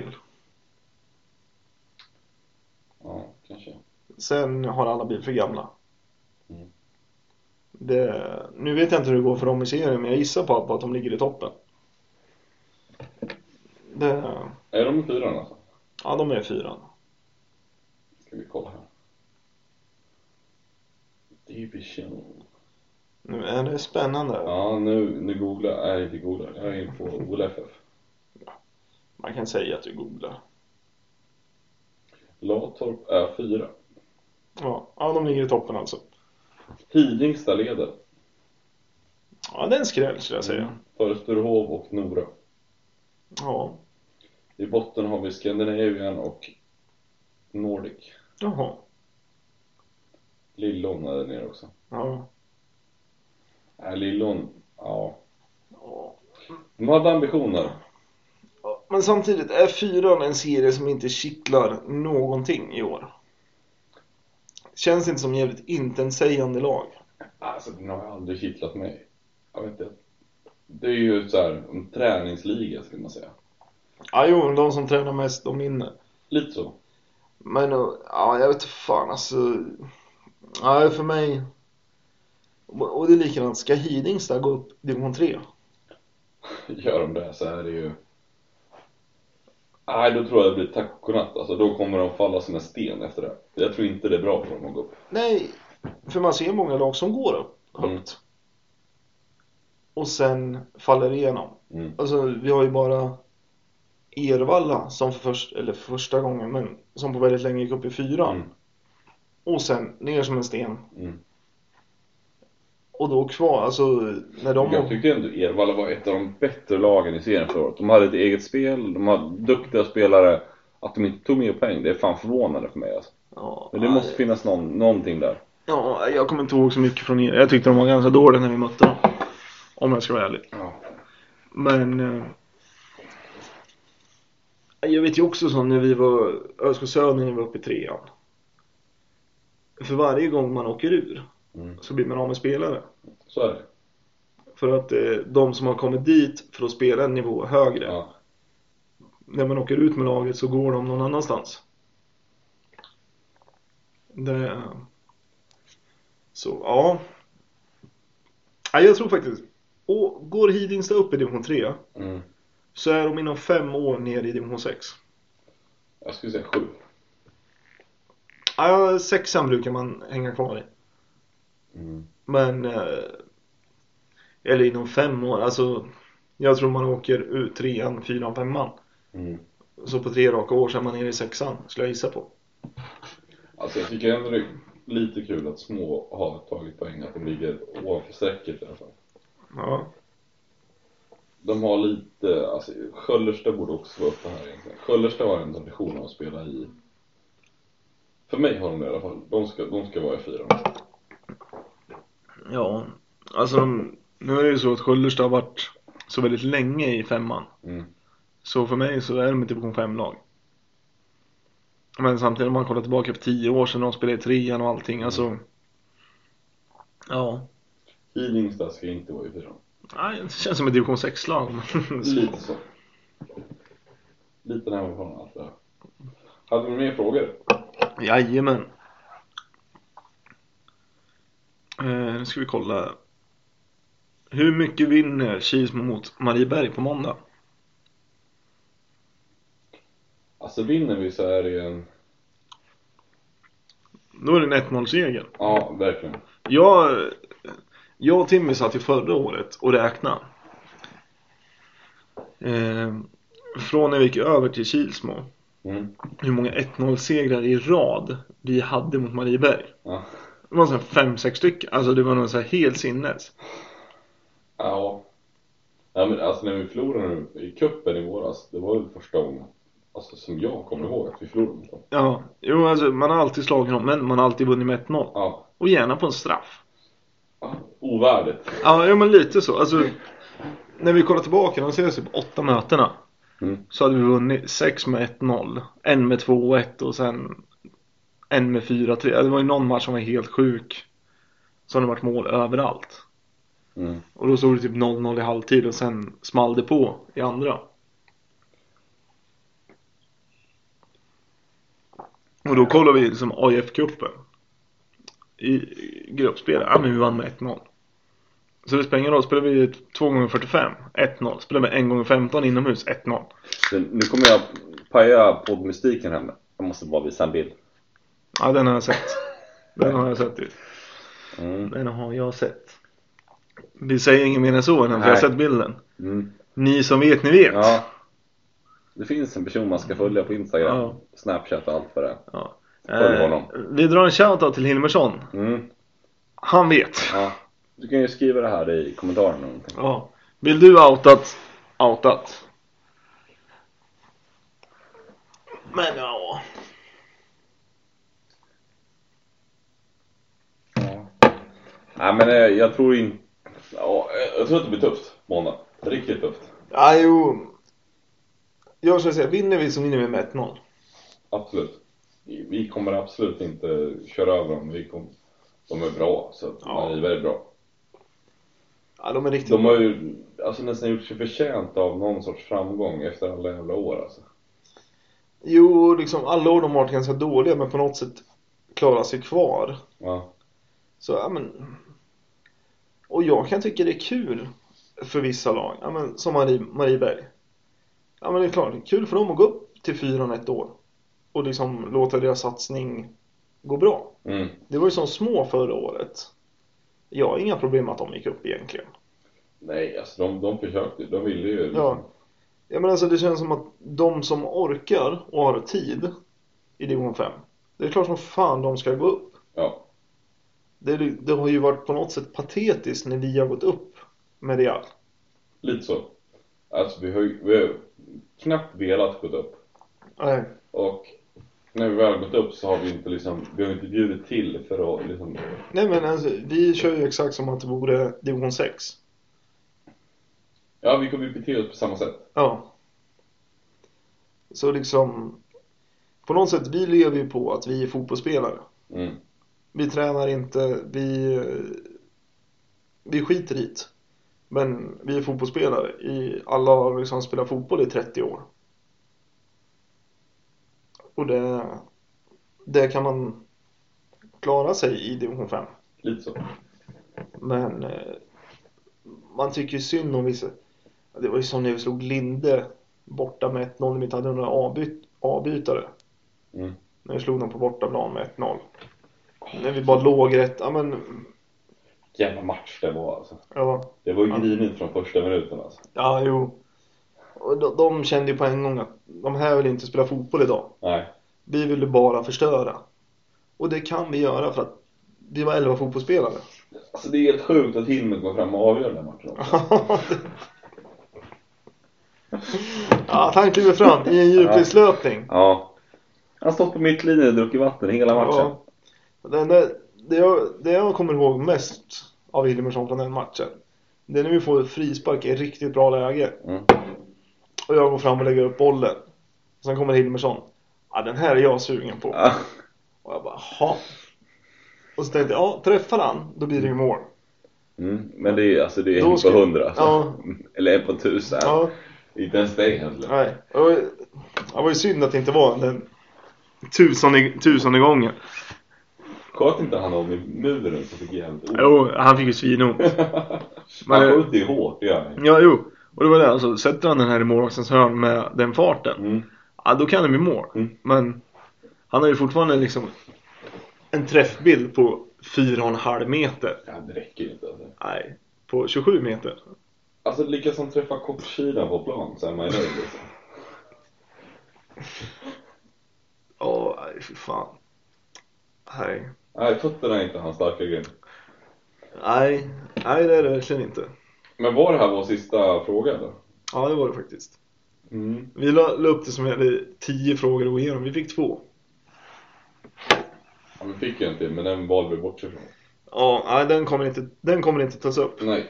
Ja, kanske. Sen har alla blivit för gamla. Mm. Det, nu vet jag inte hur det går för dem i serien, men jag gissar på att, på att de ligger i toppen. Det, Är de i fyran alltså? ja, de är fyran. Ska vi kolla här. Division. Nu är det spännande. Ja, nu, nu googlar jag. Nej, inte googlar. Jag är in på O L F F. Man kan säga att du googlar. Latorp är fyra. Ja, ja, de ligger i toppen alltså. Hidingstad leder. Ja, det är en skräll skulle jag säga. Mm. Före Sturehov och Nora. Ja, I botten har vi Scandinavian och Nordic. jaha. Lillån är där nere också. Ja. Nej, Lillån, ja. Ja. De hade ambitioner. Ja, men samtidigt är fyran en serie som inte kittlar någonting i år. Känns inte som jävligt intetsägande lag. Alltså, den har aldrig kittlat mig. Jag vet inte. Det är ju så här en träningsliga, skulle man säga. Ja, jo, de som tränar mest, de vinner. Lite så. Men, ja, jag vet inte fan, alltså. Ja, för mig. Och det är likadant, ska Hidingstad gå upp division tre? Gör de det så är det ju... Nej, då tror jag det blir tack och natt. Alltså, då kommer de falla som en sten efter det. Jag tror inte det är bra för dem att gå upp. Nej, för man ser många lag som går upp högt. Mm. Och sen faller igenom. Mm. Alltså, vi har ju bara Ervalla som för, först, eller för första gången, men som på väldigt länge gick upp i fyran. Mm. Och sen ner som en sten. Mm. Och då kvar, alltså när de... Jag tyckte ändå Ervalla var ett av de bättre lagen i serien förra året. De hade ett eget spel, de hade duktiga spelare. Att de inte tog mer poäng, det är fan förvånande för mig alltså. Ja, Men det måste finnas någon, någonting där. Ja, jag kommer inte ihåg så mycket från er. Jag tyckte de var ganska dåliga när vi mötte dem. Om jag ska vara ärlig. Ja. Men... Eh, jag vet ju också så när vi var... Ösko Söder när vi var uppe i trean. För varje gång man åker ur Mm. så blir man av med spelare. Så är det. För att eh, de som har kommit dit för att spela en nivå högre. Ja. När man åker ut med laget så går de någon annanstans. Det... Så, ja. Ja, jag tror faktiskt... Och går Hidingstad upp i division tre Mm. så är de inom fem år ner i division sex. Jag skulle säga sju. Ja, sexan brukar man hänga kvar i. Mm. Men... Eh, eller inom fem år. Alltså... Jag tror man åker ut trean, fyran, femman. Mm. Så på tre raka år så är man nere i sexan. Skulle jag gissa på. Alltså jag tycker ändå det är lite kul att små har tagit poäng. Att de ligger ovanför strecket i alla fall. Ja. De har lite, alltså Sköllersta borde också vara uppe här egentligen. Sköllersta har en tradition av att spela i. För mig har de det i alla fall. De ska, de ska vara i fyran. Ja. Alltså de, nu är det ju så att Sköllersta har varit så väldigt länge i femman. Mm. Så för mig så är de ett division fem-lag. Men samtidigt om man kollar tillbaka för tio år sedan, de spelade i trean och allting, mm. alltså. Ja. Hidingstad ska inte vara utifrån. Nej, det känns som ett division sex-lag. Lite så. Lite närmare allt det här. Hade du mer frågor? Jajamän. Eh, nu ska vi kolla. Hur mycket vinner Kilsmo mot Marieberg på måndag? Alltså vinner vi så är det ju en... Då är det en ett noll-seger. Ja, verkligen. Jag, jag och Timmy satt ju förra året och räknade. Eh, från när vi gick över till Kilsmo. Mm. Hur många ett noll-segrar i rad vi hade mot Marieberg. Ja. Det var så fem sex stycken. Alltså det var nog så här helt sinnes. Ja. Ja, men alltså när vi förlorade i kuppen i våras, det var ju första gången. Alltså som jag kommer ihåg att vi förlorade mot dem. Ja, jo alltså man har alltid slagit dem, men man har alltid vunnit med ett noll. Ja. Och gärna på en straff. Ja, ovärdigt. Ja, ja men lite så. Alltså när vi kollar tillbaka, de ser sig på åtta mötena. Mm. Så hade vi vunnit sex med ett noll, en med två ett och sen en med fyra tre. Det var ju någon match som var helt sjuk. Så har det varit mål överallt. Mm. Och då såg det typ noll noll i halvtid och sen small det på i andra. Och då kollar vi liksom A I F-cupen i gruppspel. Ja, men vi vann med ett noll. Så det spelar ingen roll. Spelar vi två gånger fyrtiofem, ett noll. Spelar vi en gånger femton inomhus, ett noll. Nu kommer jag paja poddmystiken här. Jag måste bara visa en bild. Ja, den har jag sett. Den har jag sett. Mm. Den har jag sett. Vi säger ingen mer än så än för jag har sett bilden. Mm. Ni som vet, ni vet. Ja. Det finns en person man ska följa på Instagram, ja. Snapchat och allt för det. Ja. Följ honom. Eh, vi drar en shoutout till Hilmersson. Mm. Han vet. Ja. Du kan ju skriva det här i kommentarerna. Ja. Vill du outat? Outat. Men ja. Ja. Nej men jag tror inte. Ja, jag tror att det blir tufft måndag. Riktigt tufft. Ja, jo. Jag skulle säga, vinner vi så vinner vi med ett noll. Absolut. Vi kommer absolut inte köra över dem. Vi kommer, de är bra, så ja. De är väldigt bra. Ja, de är riktigt De har ju alltså, nästan gjort sig förtjänt av någon sorts framgång efter alla jävla år. Alltså. Jo, liksom alla år de har varit ganska dåliga, men på något sätt klarar sig kvar. Ja. Så, ja men... Och jag kan tycka det är kul för vissa lag. Ja, men, som Marie, Marieberg. Ja, men det är klart, det är kul för dem att gå upp till fyra ett år. Och liksom låta deras satsning gå bra. Mm. Det var ju som små förra året. Jag har inga problem med att de gick upp egentligen. Nej, alltså de, de försökte, de ville ju liksom. Ja. Ja, men alltså det känns som att de som orkar och har tid i division fem, det är klart som fan de ska gå upp. Ja. Det, det har ju varit på något sätt patetiskt när vi har gått upp med Real. Lite så. Alltså vi har ju vi har knappt velat gå upp. Nej. Och när vi väl har gått upp så har vi inte liksom, vi har inte bjudit till för att liksom... Nej men alltså, vi kör ju exakt som att det vore division sex. Ja, vi kommer ju bete oss på samma sätt. Ja. Så liksom, på något sätt, vi lever ju på att vi är fotbollsspelare. Mm. Vi tränar inte, vi, vi skiter hit. Men vi är fotbollsspelare. I, alla har liksom spelat fotboll i trettio år. Och det, det kan man klara sig i division fem. Lite så. Men eh, man tycker ju synd om vissa. Det var ju som när vi slog Linde borta med ett noll. Vi inte hade några avbyt, avbytare. Mm. När vi slog dem på bortaplan med ett noll. Oh, när vi bara låg rätt. Ja, men... Jävla match det var alltså. Ja. Det var ju grinigt från första minuten alltså. Ja, jo. Och de, de kände ju på en gång att de här vill inte spela fotboll idag. Nej. Vi ville bara förstöra. Och det kan vi göra för att vi var elva fotbollsspelare. Alltså det är helt sjukt att Hilmet går fram och avgör den matchen också. Ja, han kliver fram i en djupledslöpning. Ja. Han stått på mittlinjen och druckit vatten hela matchen. Ja. Den där, det, jag, det jag kommer ihåg mest av Hilmersson från den matchen, Det är när vi får ett frispark i ett riktigt bra läge. Mm. Och jag går fram och lägger upp bollen. Sen kommer Hilmersson. Ja, den här är jag sugen på. Ja. Och jag bara, ha. Och så tänkte jag, ja, träffar han, då blir det ju mål. Mm. Men det är, alltså, det är Då en ska- på hundra. Alltså. Ja. Eller en på tusen. Ja, Inte ens det egentligen. nej. Och det var ju synd att det inte var den tusende, tusende gången. Sköt inte han om i muren så fick jävligt ont. Jo, han fick ju svinont. Han Men- skjuter ju hårt, det gör han. Ja, jo. Och det var det, alltså, sätter han den här i målvaktens hörn med den farten. Mm. Ja, då kan det bli mål. Mm. Men han har ju fortfarande liksom en träffbild på fyra och en halv meter. Ja, det räcker ju inte. Alltså, Nej, på tjugosju meter. alltså lika som träffa kortsidan på plan så är man ju nöjd liksom. Åh, nej, fy fan. Nej. Nej, fötterna är inte hans starka grej. Nej, nej, det är det verkligen inte. Men var det här vår sista fråga då? Ja, det var det faktiskt. Mm. Vi la, la upp det som vi hade tio frågor att gå igenom. Vi fick två. Ja, vi fick ju inte, men den valde vi bort sig från. Ja, nej, den kommer inte, den kommer inte tas upp. Nej,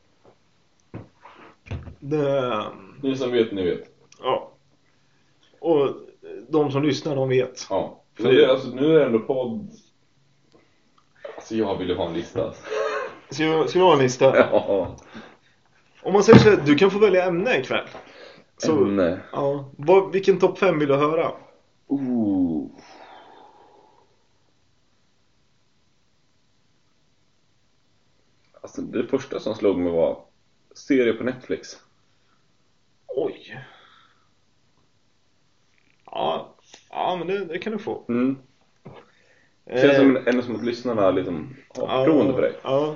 Det, ni som vet, ni vet. ja. Och de som lyssnar, de vet. Ja, För men det- det, alltså, nu är det ändå podd. Alltså jag vill ju ha en lista. Ska jag, ska jag ha en lista? Ja, Om man säger så här, du kan få välja ämne ikväll. Så, ämne. ja. Vad, vilken topp fem vill du höra? Ooh. Alltså det första som slog mig var serie på Netflix. Oj. Ja, ja men det, det kan du få. Mm. Det känns Eh, som, ändå som att lyssnarna liksom har förtroende för dig. Ja.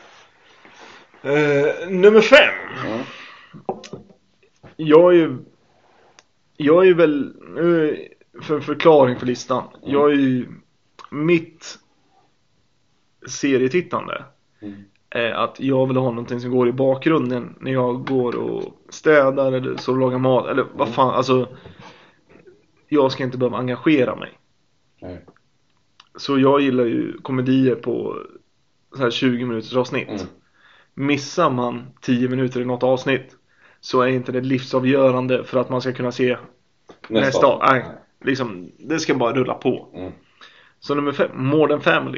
Eh, nummer fem. Ja. Jag är ju Jag är ju väl nu, för förklaring för listan. Mm. Jag är ju mitt serietittande Mm. är att jag vill ha någonting som går i bakgrunden när jag går och städar eller så lagar mat eller vad fan, alltså jag ska inte behöva engagera mig. Nej. Så jag gillar ju komedier på så här tjugo minuters avsnitt. Mm. Missar man tio minuter i något avsnitt så är inte det livsavgörande för att man ska kunna se nästa, nästa. Nej, Nej. liksom, det ska bara rulla på. Mm. Så nummer fem, Modern Family.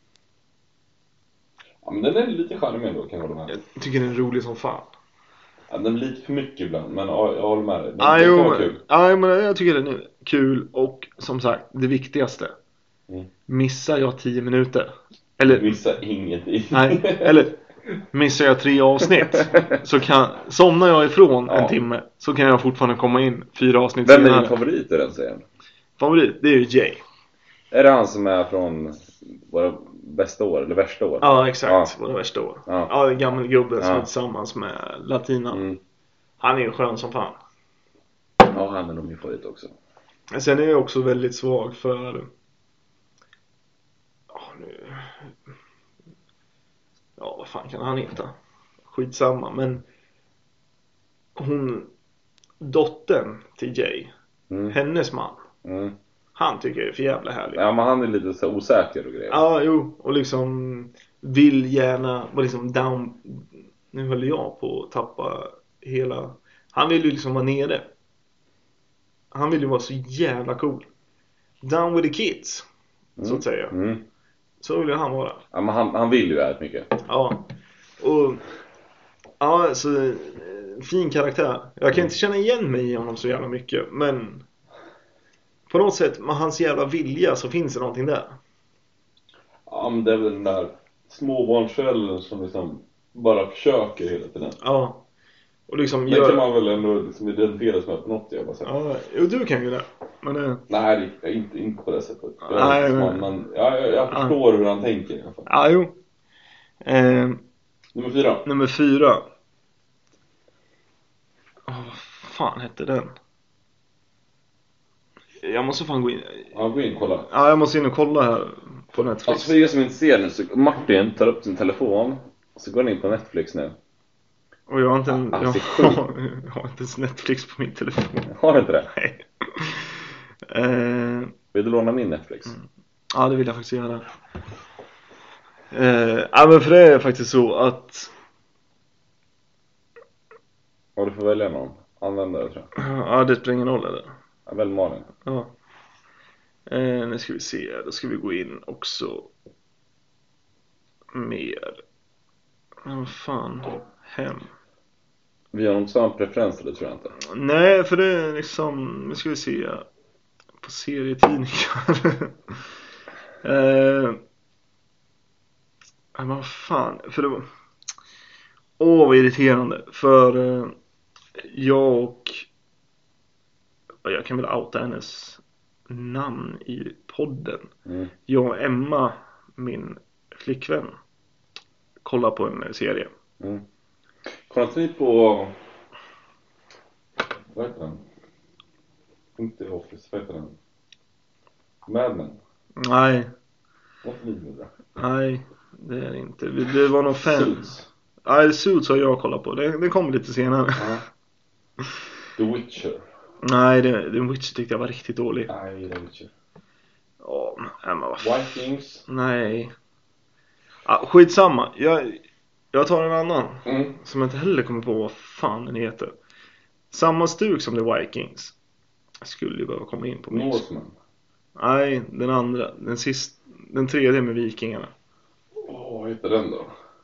Ja, men den är lite charmig ändå, kan jag hålla med. Jag tycker den är rolig som fan. Ja, den är lite för mycket ibland, men ja, jag håller med dig. Den, Ja, den jo, kan vara kul. ja, men jag tycker den är kul och som sagt, det viktigaste. Mm. Missar jag tio minuter eller, Missa ingenting. nej, eller missar jag tre avsnitt så kan, somnar jag ifrån Ja. en timme så kan jag fortfarande komma in fyra avsnitt Vem är senare. din favorit i den serien? Favorit, det är ju Jay. Är det han som är från våra bästa år, eller värsta år? Ja, exakt. Ja. Våra värsta år. Ja. Ja, den gamla gubben som Ja. är tillsammans med latinan. Mm. Han är ju skön som fan. Ja, han är nog min favorit också. Sen är jag också väldigt svag för... Ja, nu... Ja, vad fan kan han heta? Skitsamma, men... Hon... Dottern till Jay. Mm. Hennes man. Mm. Han tycker jag är för jävla härlig. Ja, men han är lite så osäker och grejer. Ja, jo. Och liksom... Vill gärna... Var liksom down... Nu höll jag på att tappa hela... Han vill ju liksom vara nere. Han vill ju vara så jävla cool. Down with the kids. Så att säga. Mm. Så vill ju han vara. Ja, men han, han vill ju väldigt mycket. Ja. Och... Ja, så... Fin karaktär. Jag kan inte känna igen mig i honom så jävla mycket. Men... På något sätt, med hans jävla vilja så finns det någonting där. Ja, men det är väl den där småbarnsföräldern som liksom bara försöker hela tiden. Ja. Och liksom Det gör... kan man väl ändå liksom identifiera sig med på något jävla sätt. Ja, jo, du kan ju det. Men det... Nej, det är inte, inte på det sättet. Jag, Nej, Nej, men- men, men, ja, jag, jag förstår hur han tänker i alla fall. Ja, jo. Eh, Nummer fyra. nummer fyra. Åh, vad fan hette den? Jag måste fan gå in. Ja, gå in och kolla. Ja, jag måste in och kolla här på Netflix. Alltså för er som inte ser nu så Martin tar upp sin telefon och så går han in på Netflix nu. Och jag har inte en, Ah, jag, ser har, sjukt. jag har inte ens Netflix på min telefon. Har du inte det? Nej. Eh, Vill du låna min Netflix? ja, det vill jag faktiskt göra. Eh, ja, men för det är faktiskt så att Ja, du får välja någon. Använda det, tror jag. Ja, det spelar ingen roll eller? Ja, välj Malin. Ja. Eh, nu ska vi se. Då ska vi gå in också. Mer. Vad fan. Hem. Vi har nog samma preferens, eller tror jag inte. Nej, för det är liksom. Nu ska vi se. På serietidningar. eh, men vad fan. För det var. Åh, vad irriterande. För eh, jag och. Jag kan väl outa hennes namn i podden. Mm. Jag och Emma, min flickvän, kollar på en serie. Mm. Kollar inte ni på... Vad heter den? Inte Office, vad heter den? Mad Men. Nej, Vad är ni med det? nej, det är det inte. Det var nog fem. Suits. Nej, Suits har jag kollat på. Det, det kommer lite senare. Ja. The Witcher. Nej, det, The Witcher tyckte jag var riktigt dålig. Nej, The Witcher. Ja, men vad fan. Vikings. Nej. Ah, skitsamma. Jag, jag tar en annan. Mm. Som jag inte heller kommer på vad fan den heter. Samma stuk som The Vikings. Jag skulle ju behöva komma in på min. Norseman. Nej, den andra. Den sist, den tredje med vikingarna. Åh, vad heter den då?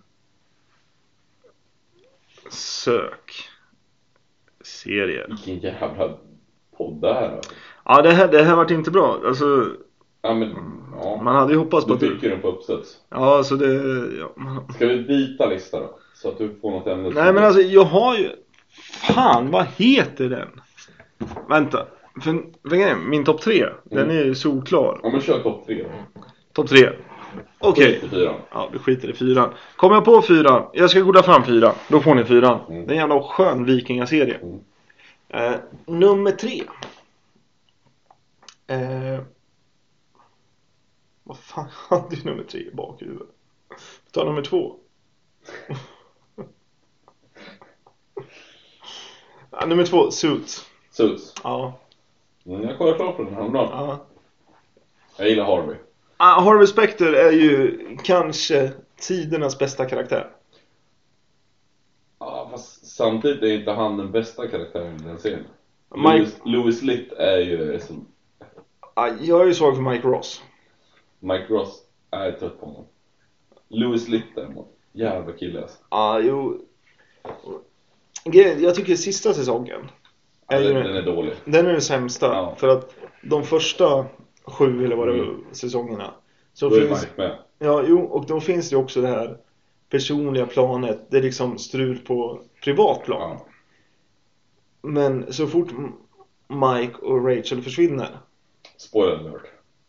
Sök. Serier. Vilken jävla podd det här. Ja, det här, det här vart inte bra. Alltså, Ja, men... Ja. man hade ju hoppats på Du att fick ju den på uppsats. Ja, alltså det... Ja, man... Ska vi byta lista då? Så att du får något ämne. Nej, men alltså, jag har ju... Fan, vad heter den? Vänta. För, för min topp tre, mm. den är ju solklar. Ja, men kör topp tre då. Topp tre. Okej. Okay. Ja, vi skiter i fyran. Kommer jag på fyran, jag ska goda fram fyran. Då får ni fyran. Mm. Det är en jävla skön vikingaserie. Mm. Eh, nummer tre. Eh, vad fan hade du nummer tre i bakhuvudet? Ta nummer två. Ja, nummer två, Suits. Suits. Ja. Mm, jag kollar klart på den här dagen. Ja. Jag gillar Harvey. Ah, Harvey Specter är ju kanske tidernas bästa karaktär. Ja, fast samtidigt är inte han den bästa karaktären i den serien. Mike... Louis, Louis Litt är ju som... Ah, jag är ju svag för Mike Ross. Mike Ross är trött på honom. Louis Litt är en jävla kille alltså. Ja, ah, jo. Jag tycker sista säsongen är är ja, ju den, den är dålig. Den är den sämsta. Ja. För att de första sju eller vad det var mm. säsongerna så då finns är Mike med. Ja, jo, och då finns det också det här personliga planet. Det är liksom strul på privat plan. Ja. Men så fort Mike och Rachel försvinner. Spoiler alert.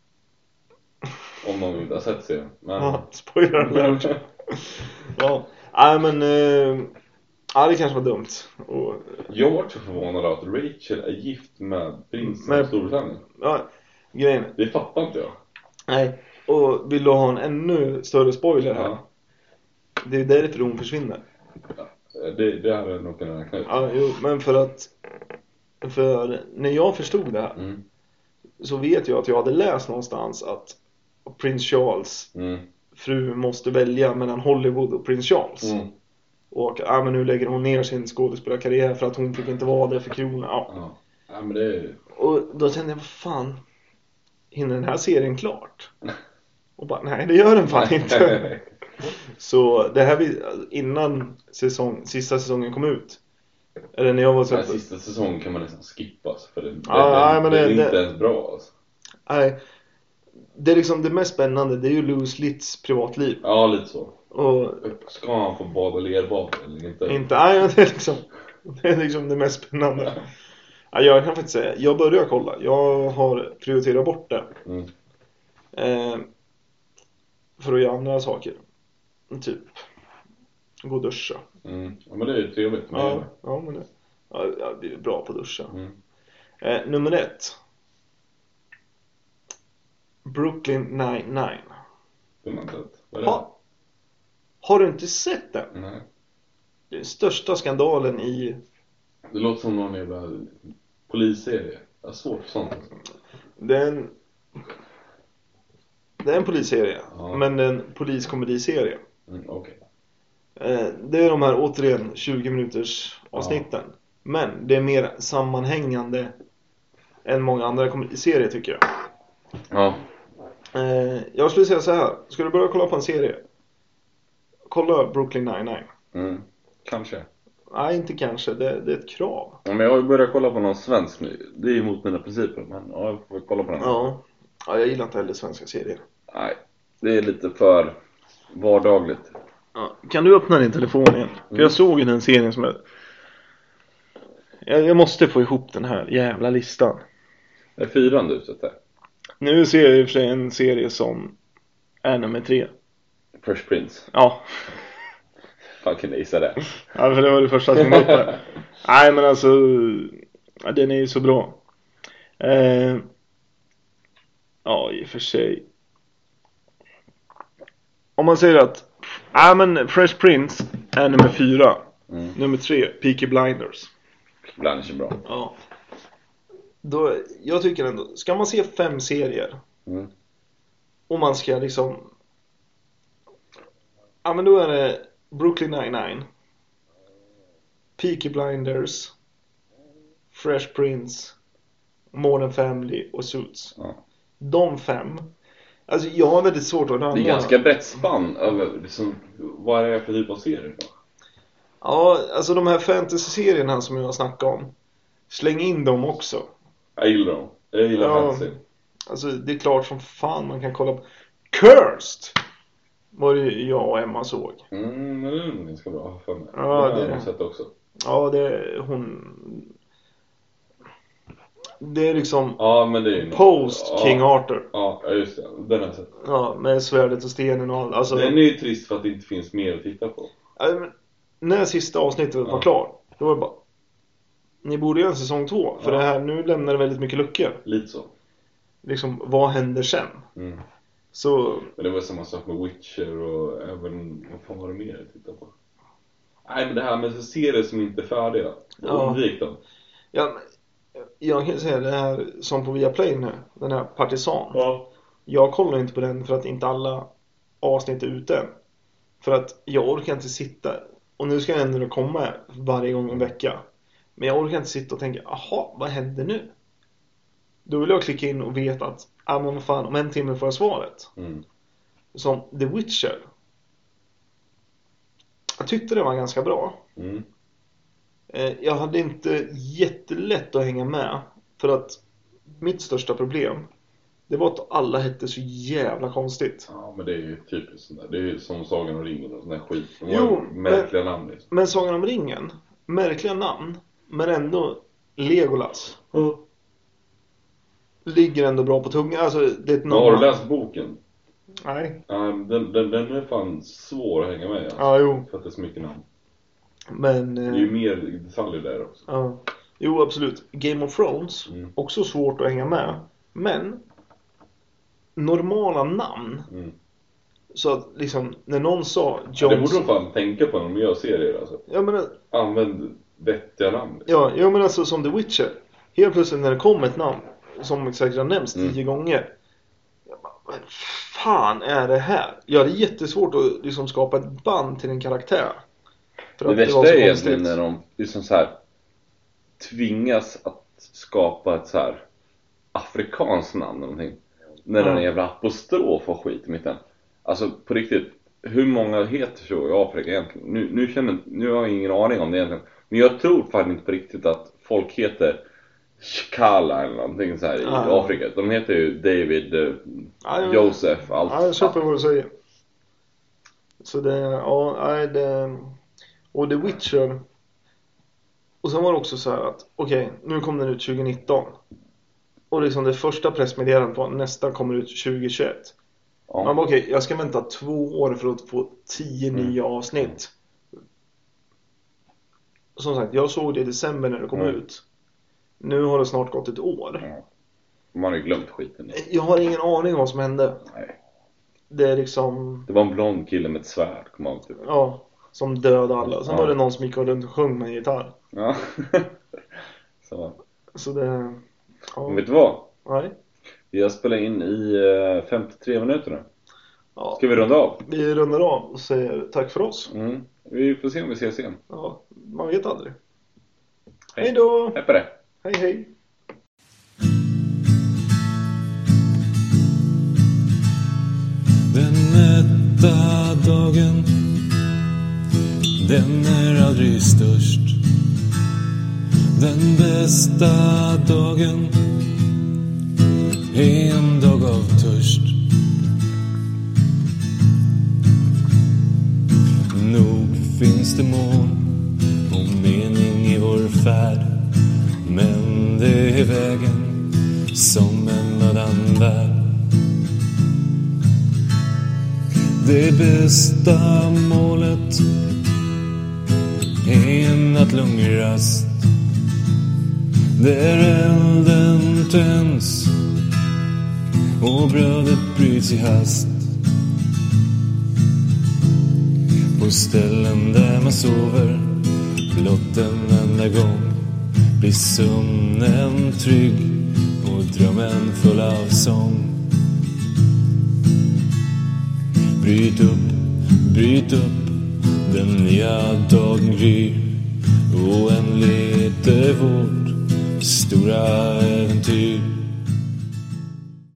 Om någon inte har sett serien. Men... Ja, spoiler alert. Ja, nej men äh, ja, det kanske var dumt. Och... Jag var så förvånad att Rachel är gift med prinsen av Storbritannien. Ja, grejen. Det fattar inte jag. Nej, och vill du ha en ännu större spoiler här? Ja. Det är därför hon försvinner. Ja, det, det hade jag nog kunnat räkna ut. Ja, jo, men för att för när jag förstod det här mm. så vet jag att jag hade läst någonstans att Prins Charles mm. fru måste välja mellan Hollywood och Prins Charles. Mm. Och ja, men nu lägger hon ner sin skådespelarkarriär för att hon fick inte vara där för kronan. Ja. Ja. Ja, men det är... Och då kände jag, vad fan, hinner den här serien klart? Och bara, nej, det gör den fan inte. Så det här vi, innan säsong, sista säsongen kom ut. Eller när jag var så... Den sista säsongen kan man nästan skippa. För det, ah, det, nej, men det är det, inte det, ens bra alltså. Nej. Det är liksom det mest spännande. Det är ju Louis Litts privatliv. Ja, lite så. Och, ska han få bada lerbad eller inte? Inte, nej, det är liksom det är liksom det mest spännande. Ja, jag kan faktiskt säga, jag börjar kolla. Jag har prioriterat bort det. Mm. Eh, för att göra andra saker. Typ gå och duscha. Mm. Ja, men det är ju trevligt med ja, det. ja, men det, ja, jag blir bra på att duscha. Mm. Eh, nummer ett. Brooklyn Nine-Nine. Det har man sett. Vad är det? Ha, har du inte sett den? Nej. Det är den största skandalen i... Det låter som någon jävla polisserie. Jag har svårt för sånt. Det är en... Det är en polisserie. Ja. Men en poliskomediserie. Mm, okej. Eh, det är de här återigen tjugo minuters avsnitten. Ja. Men det är mer sammanhängande än många andra serier tycker jag. Ja. Eh, jag skulle säga så här. Ska du börja kolla på en serie? Kolla Brooklyn Nine-Nine. Mm, kanske. Nej, inte kanske. Det, det är ett krav. Ja, men jag har ju börjat kolla på någon svensk nu. Det är ju emot mina principer. Men ja, jag får kolla på den. Ja. Ja, jag gillar inte heller svenska serier. Nej, det är lite för vardagligt. Ja. Kan du öppna din telefon igen? Mm. För jag såg ju den serien som jag... jag... Jag måste få ihop den här jävla listan. Det är fyran du sett där. Nu ser jag i och för sig en serie som är nummer tre. Fresh Prince. Ja. Fan, kan jag gissa det? Ja, för det var det första som var uppe. Nej, men alltså... Ja, den är ju så bra. Eh... Ja, i och för sig. Om man säger att... Ja, men Fresh Prince är nummer fyra. Mm. Nummer tre, Peaky Blinders. Peaky Blinders är bra. Ja. Då, jag tycker ändå... Ska man se fem serier... Mm. Och man ska liksom... Ja, men då är det... Brooklyn Nine-Nine, Peaky Blinders, Fresh Prince, Modern Family och Suits. Ja. De fem. Alltså jag har väldigt svårt att rangordna. Det är ganska brett spann över liksom, vad är det för typ av serier då? Ja, alltså de här fantasy-serierna som jag har snackat om. Släng in dem också. Jag gillar dem. Jag gillar ja, fantasy. Alltså det är klart som fan man kan kolla på Cursed. Var det jag och Emma såg. Mm, det är ganska bra för mig. Ja, det har jag sett också. Ja, det är hon... Det är liksom... Ja, men det är Post ja, King Arthur. Ja, just det. Den har jag sett. Ja, med svärdet och stenen och allt. Alltså, den är ju trist för att det inte finns mer att titta på. Ja, men, när sista avsnittet var ja. klar, då var det bara... Ni borde göra en säsong två. För ja. det här, nu lämnar det väldigt mycket luckor. Lite så. Liksom, vad händer sen? Mm. Så... Men det var samma sak med Witcher och även, vad fan var det mer att titta på? Nej, men det här med serier som inte är färdiga. Ja. Undvik dem. Ja, jag kan säga det här som på Viaplay nu, den här Partisan. Ja. Jag kollar inte på den för att inte alla avsnitt är ute än. För att jag orkar inte sitta, och nu ska jag ändå komma varje gång en vecka. Men jag orkar inte sitta och tänka, aha, vad händer nu? Då vill jag klicka in och veta att ah, men fan, om en timme får jag svaret. Mm. Som The Witcher. Jag tyckte det var ganska bra. Mm. Jag hade inte jättelätt att hänga med. För att mitt största problem, det var att alla hette så jävla konstigt. Ja, men det är ju typiskt sånt där. Det är ju som Sagan om ringen och sån där skit. De jo, märkliga men, namn liksom. Men Sagan om ringen, märkliga namn. Men ändå Legolas. Mm. Ligger ändå bra på tungan. Alltså, det är ett namn. Har du läst boken? Nej. Um, den, den, den är fan svår att hänga med. Alltså, ja, jo. För att det är så mycket namn. Men, det är ju mer detaljer där också. Ja. Jo, absolut. Game of Thrones, mm. också svårt att hänga med. Men normala namn. Mm. Så att liksom, när någon sa Jones... Ja, det borde de fan tänka på när de gör serier alltså. Ja, men... Använd vettiga namn. Liksom. Ja, ja, men alltså som The Witcher. Helt plötsligt när det kom ett namn som säkert har nämnts mm. tio gånger. Jag bara, vad fan är det här? Ja, det är jättesvårt att liksom skapa ett band till en karaktär. För det värsta är egentligen när de liksom så här tvingas att skapa ett så här afrikanskt namn eller någonting. När mm. den jävla apostrof och skit i mitten. Alltså på riktigt, hur många heter så i Afrika egentligen? Nu, nu, känner, nu har jag ingen aning om det egentligen. Men jag tror faktiskt inte på riktigt att folk heter Chikala eller någonting så här i ah, Afrika. De heter ju David, uh, ah, Joseph, allt. Ja, jag köper vad du säger. Så det, ja, nej, det... Och The Witcher. Och sen var det också så här att okej, okay, nu kom den ut tjugo nitton. Och liksom det första pressmeddelandet på nästa kommer ut tjugo tjugoett. Ja. Man bara okej, okay, jag ska vänta två år för att få tio mm. nya avsnitt. Som sagt, jag såg det i december när det kom mm. ut. Nu har det snart gått ett år. Ja. Man har ju glömt skiten. Jag har ingen aning om vad som hände. Nej. Det är liksom... Det var en blond kille med ett svärd, kom av typ. Ja, som dödade alla. Sen ja. var det någon som gick runt och sjöng med en gitarr. Ja. Så. Så det... Ja. Men vet du vad? Nej. Vi har spelat in i femtiotre minuter nu. Ja. Ska vi runda av? Vi rundar av och säger tack för oss. Mm. Vi får se om vi ses igen. Ja, man vet aldrig. Hej. Hej då! Hej på det. Hej hej! Den mätta dagen, den är aldrig störst. Den bästa dagen är en dag av törst. Nog finns det mål och mening i vår färd, men det är vägen som en mödan värld. Det bästa målet är en nattlungrast, där elden tänds och brödet bryts i hast. På ställen där man sover blott en enda gång blir sömnen trygg och drömmen full av sång. Bryt upp, bryt upp, den nya dagen gryr. Oändligt är vårt stora äventyr.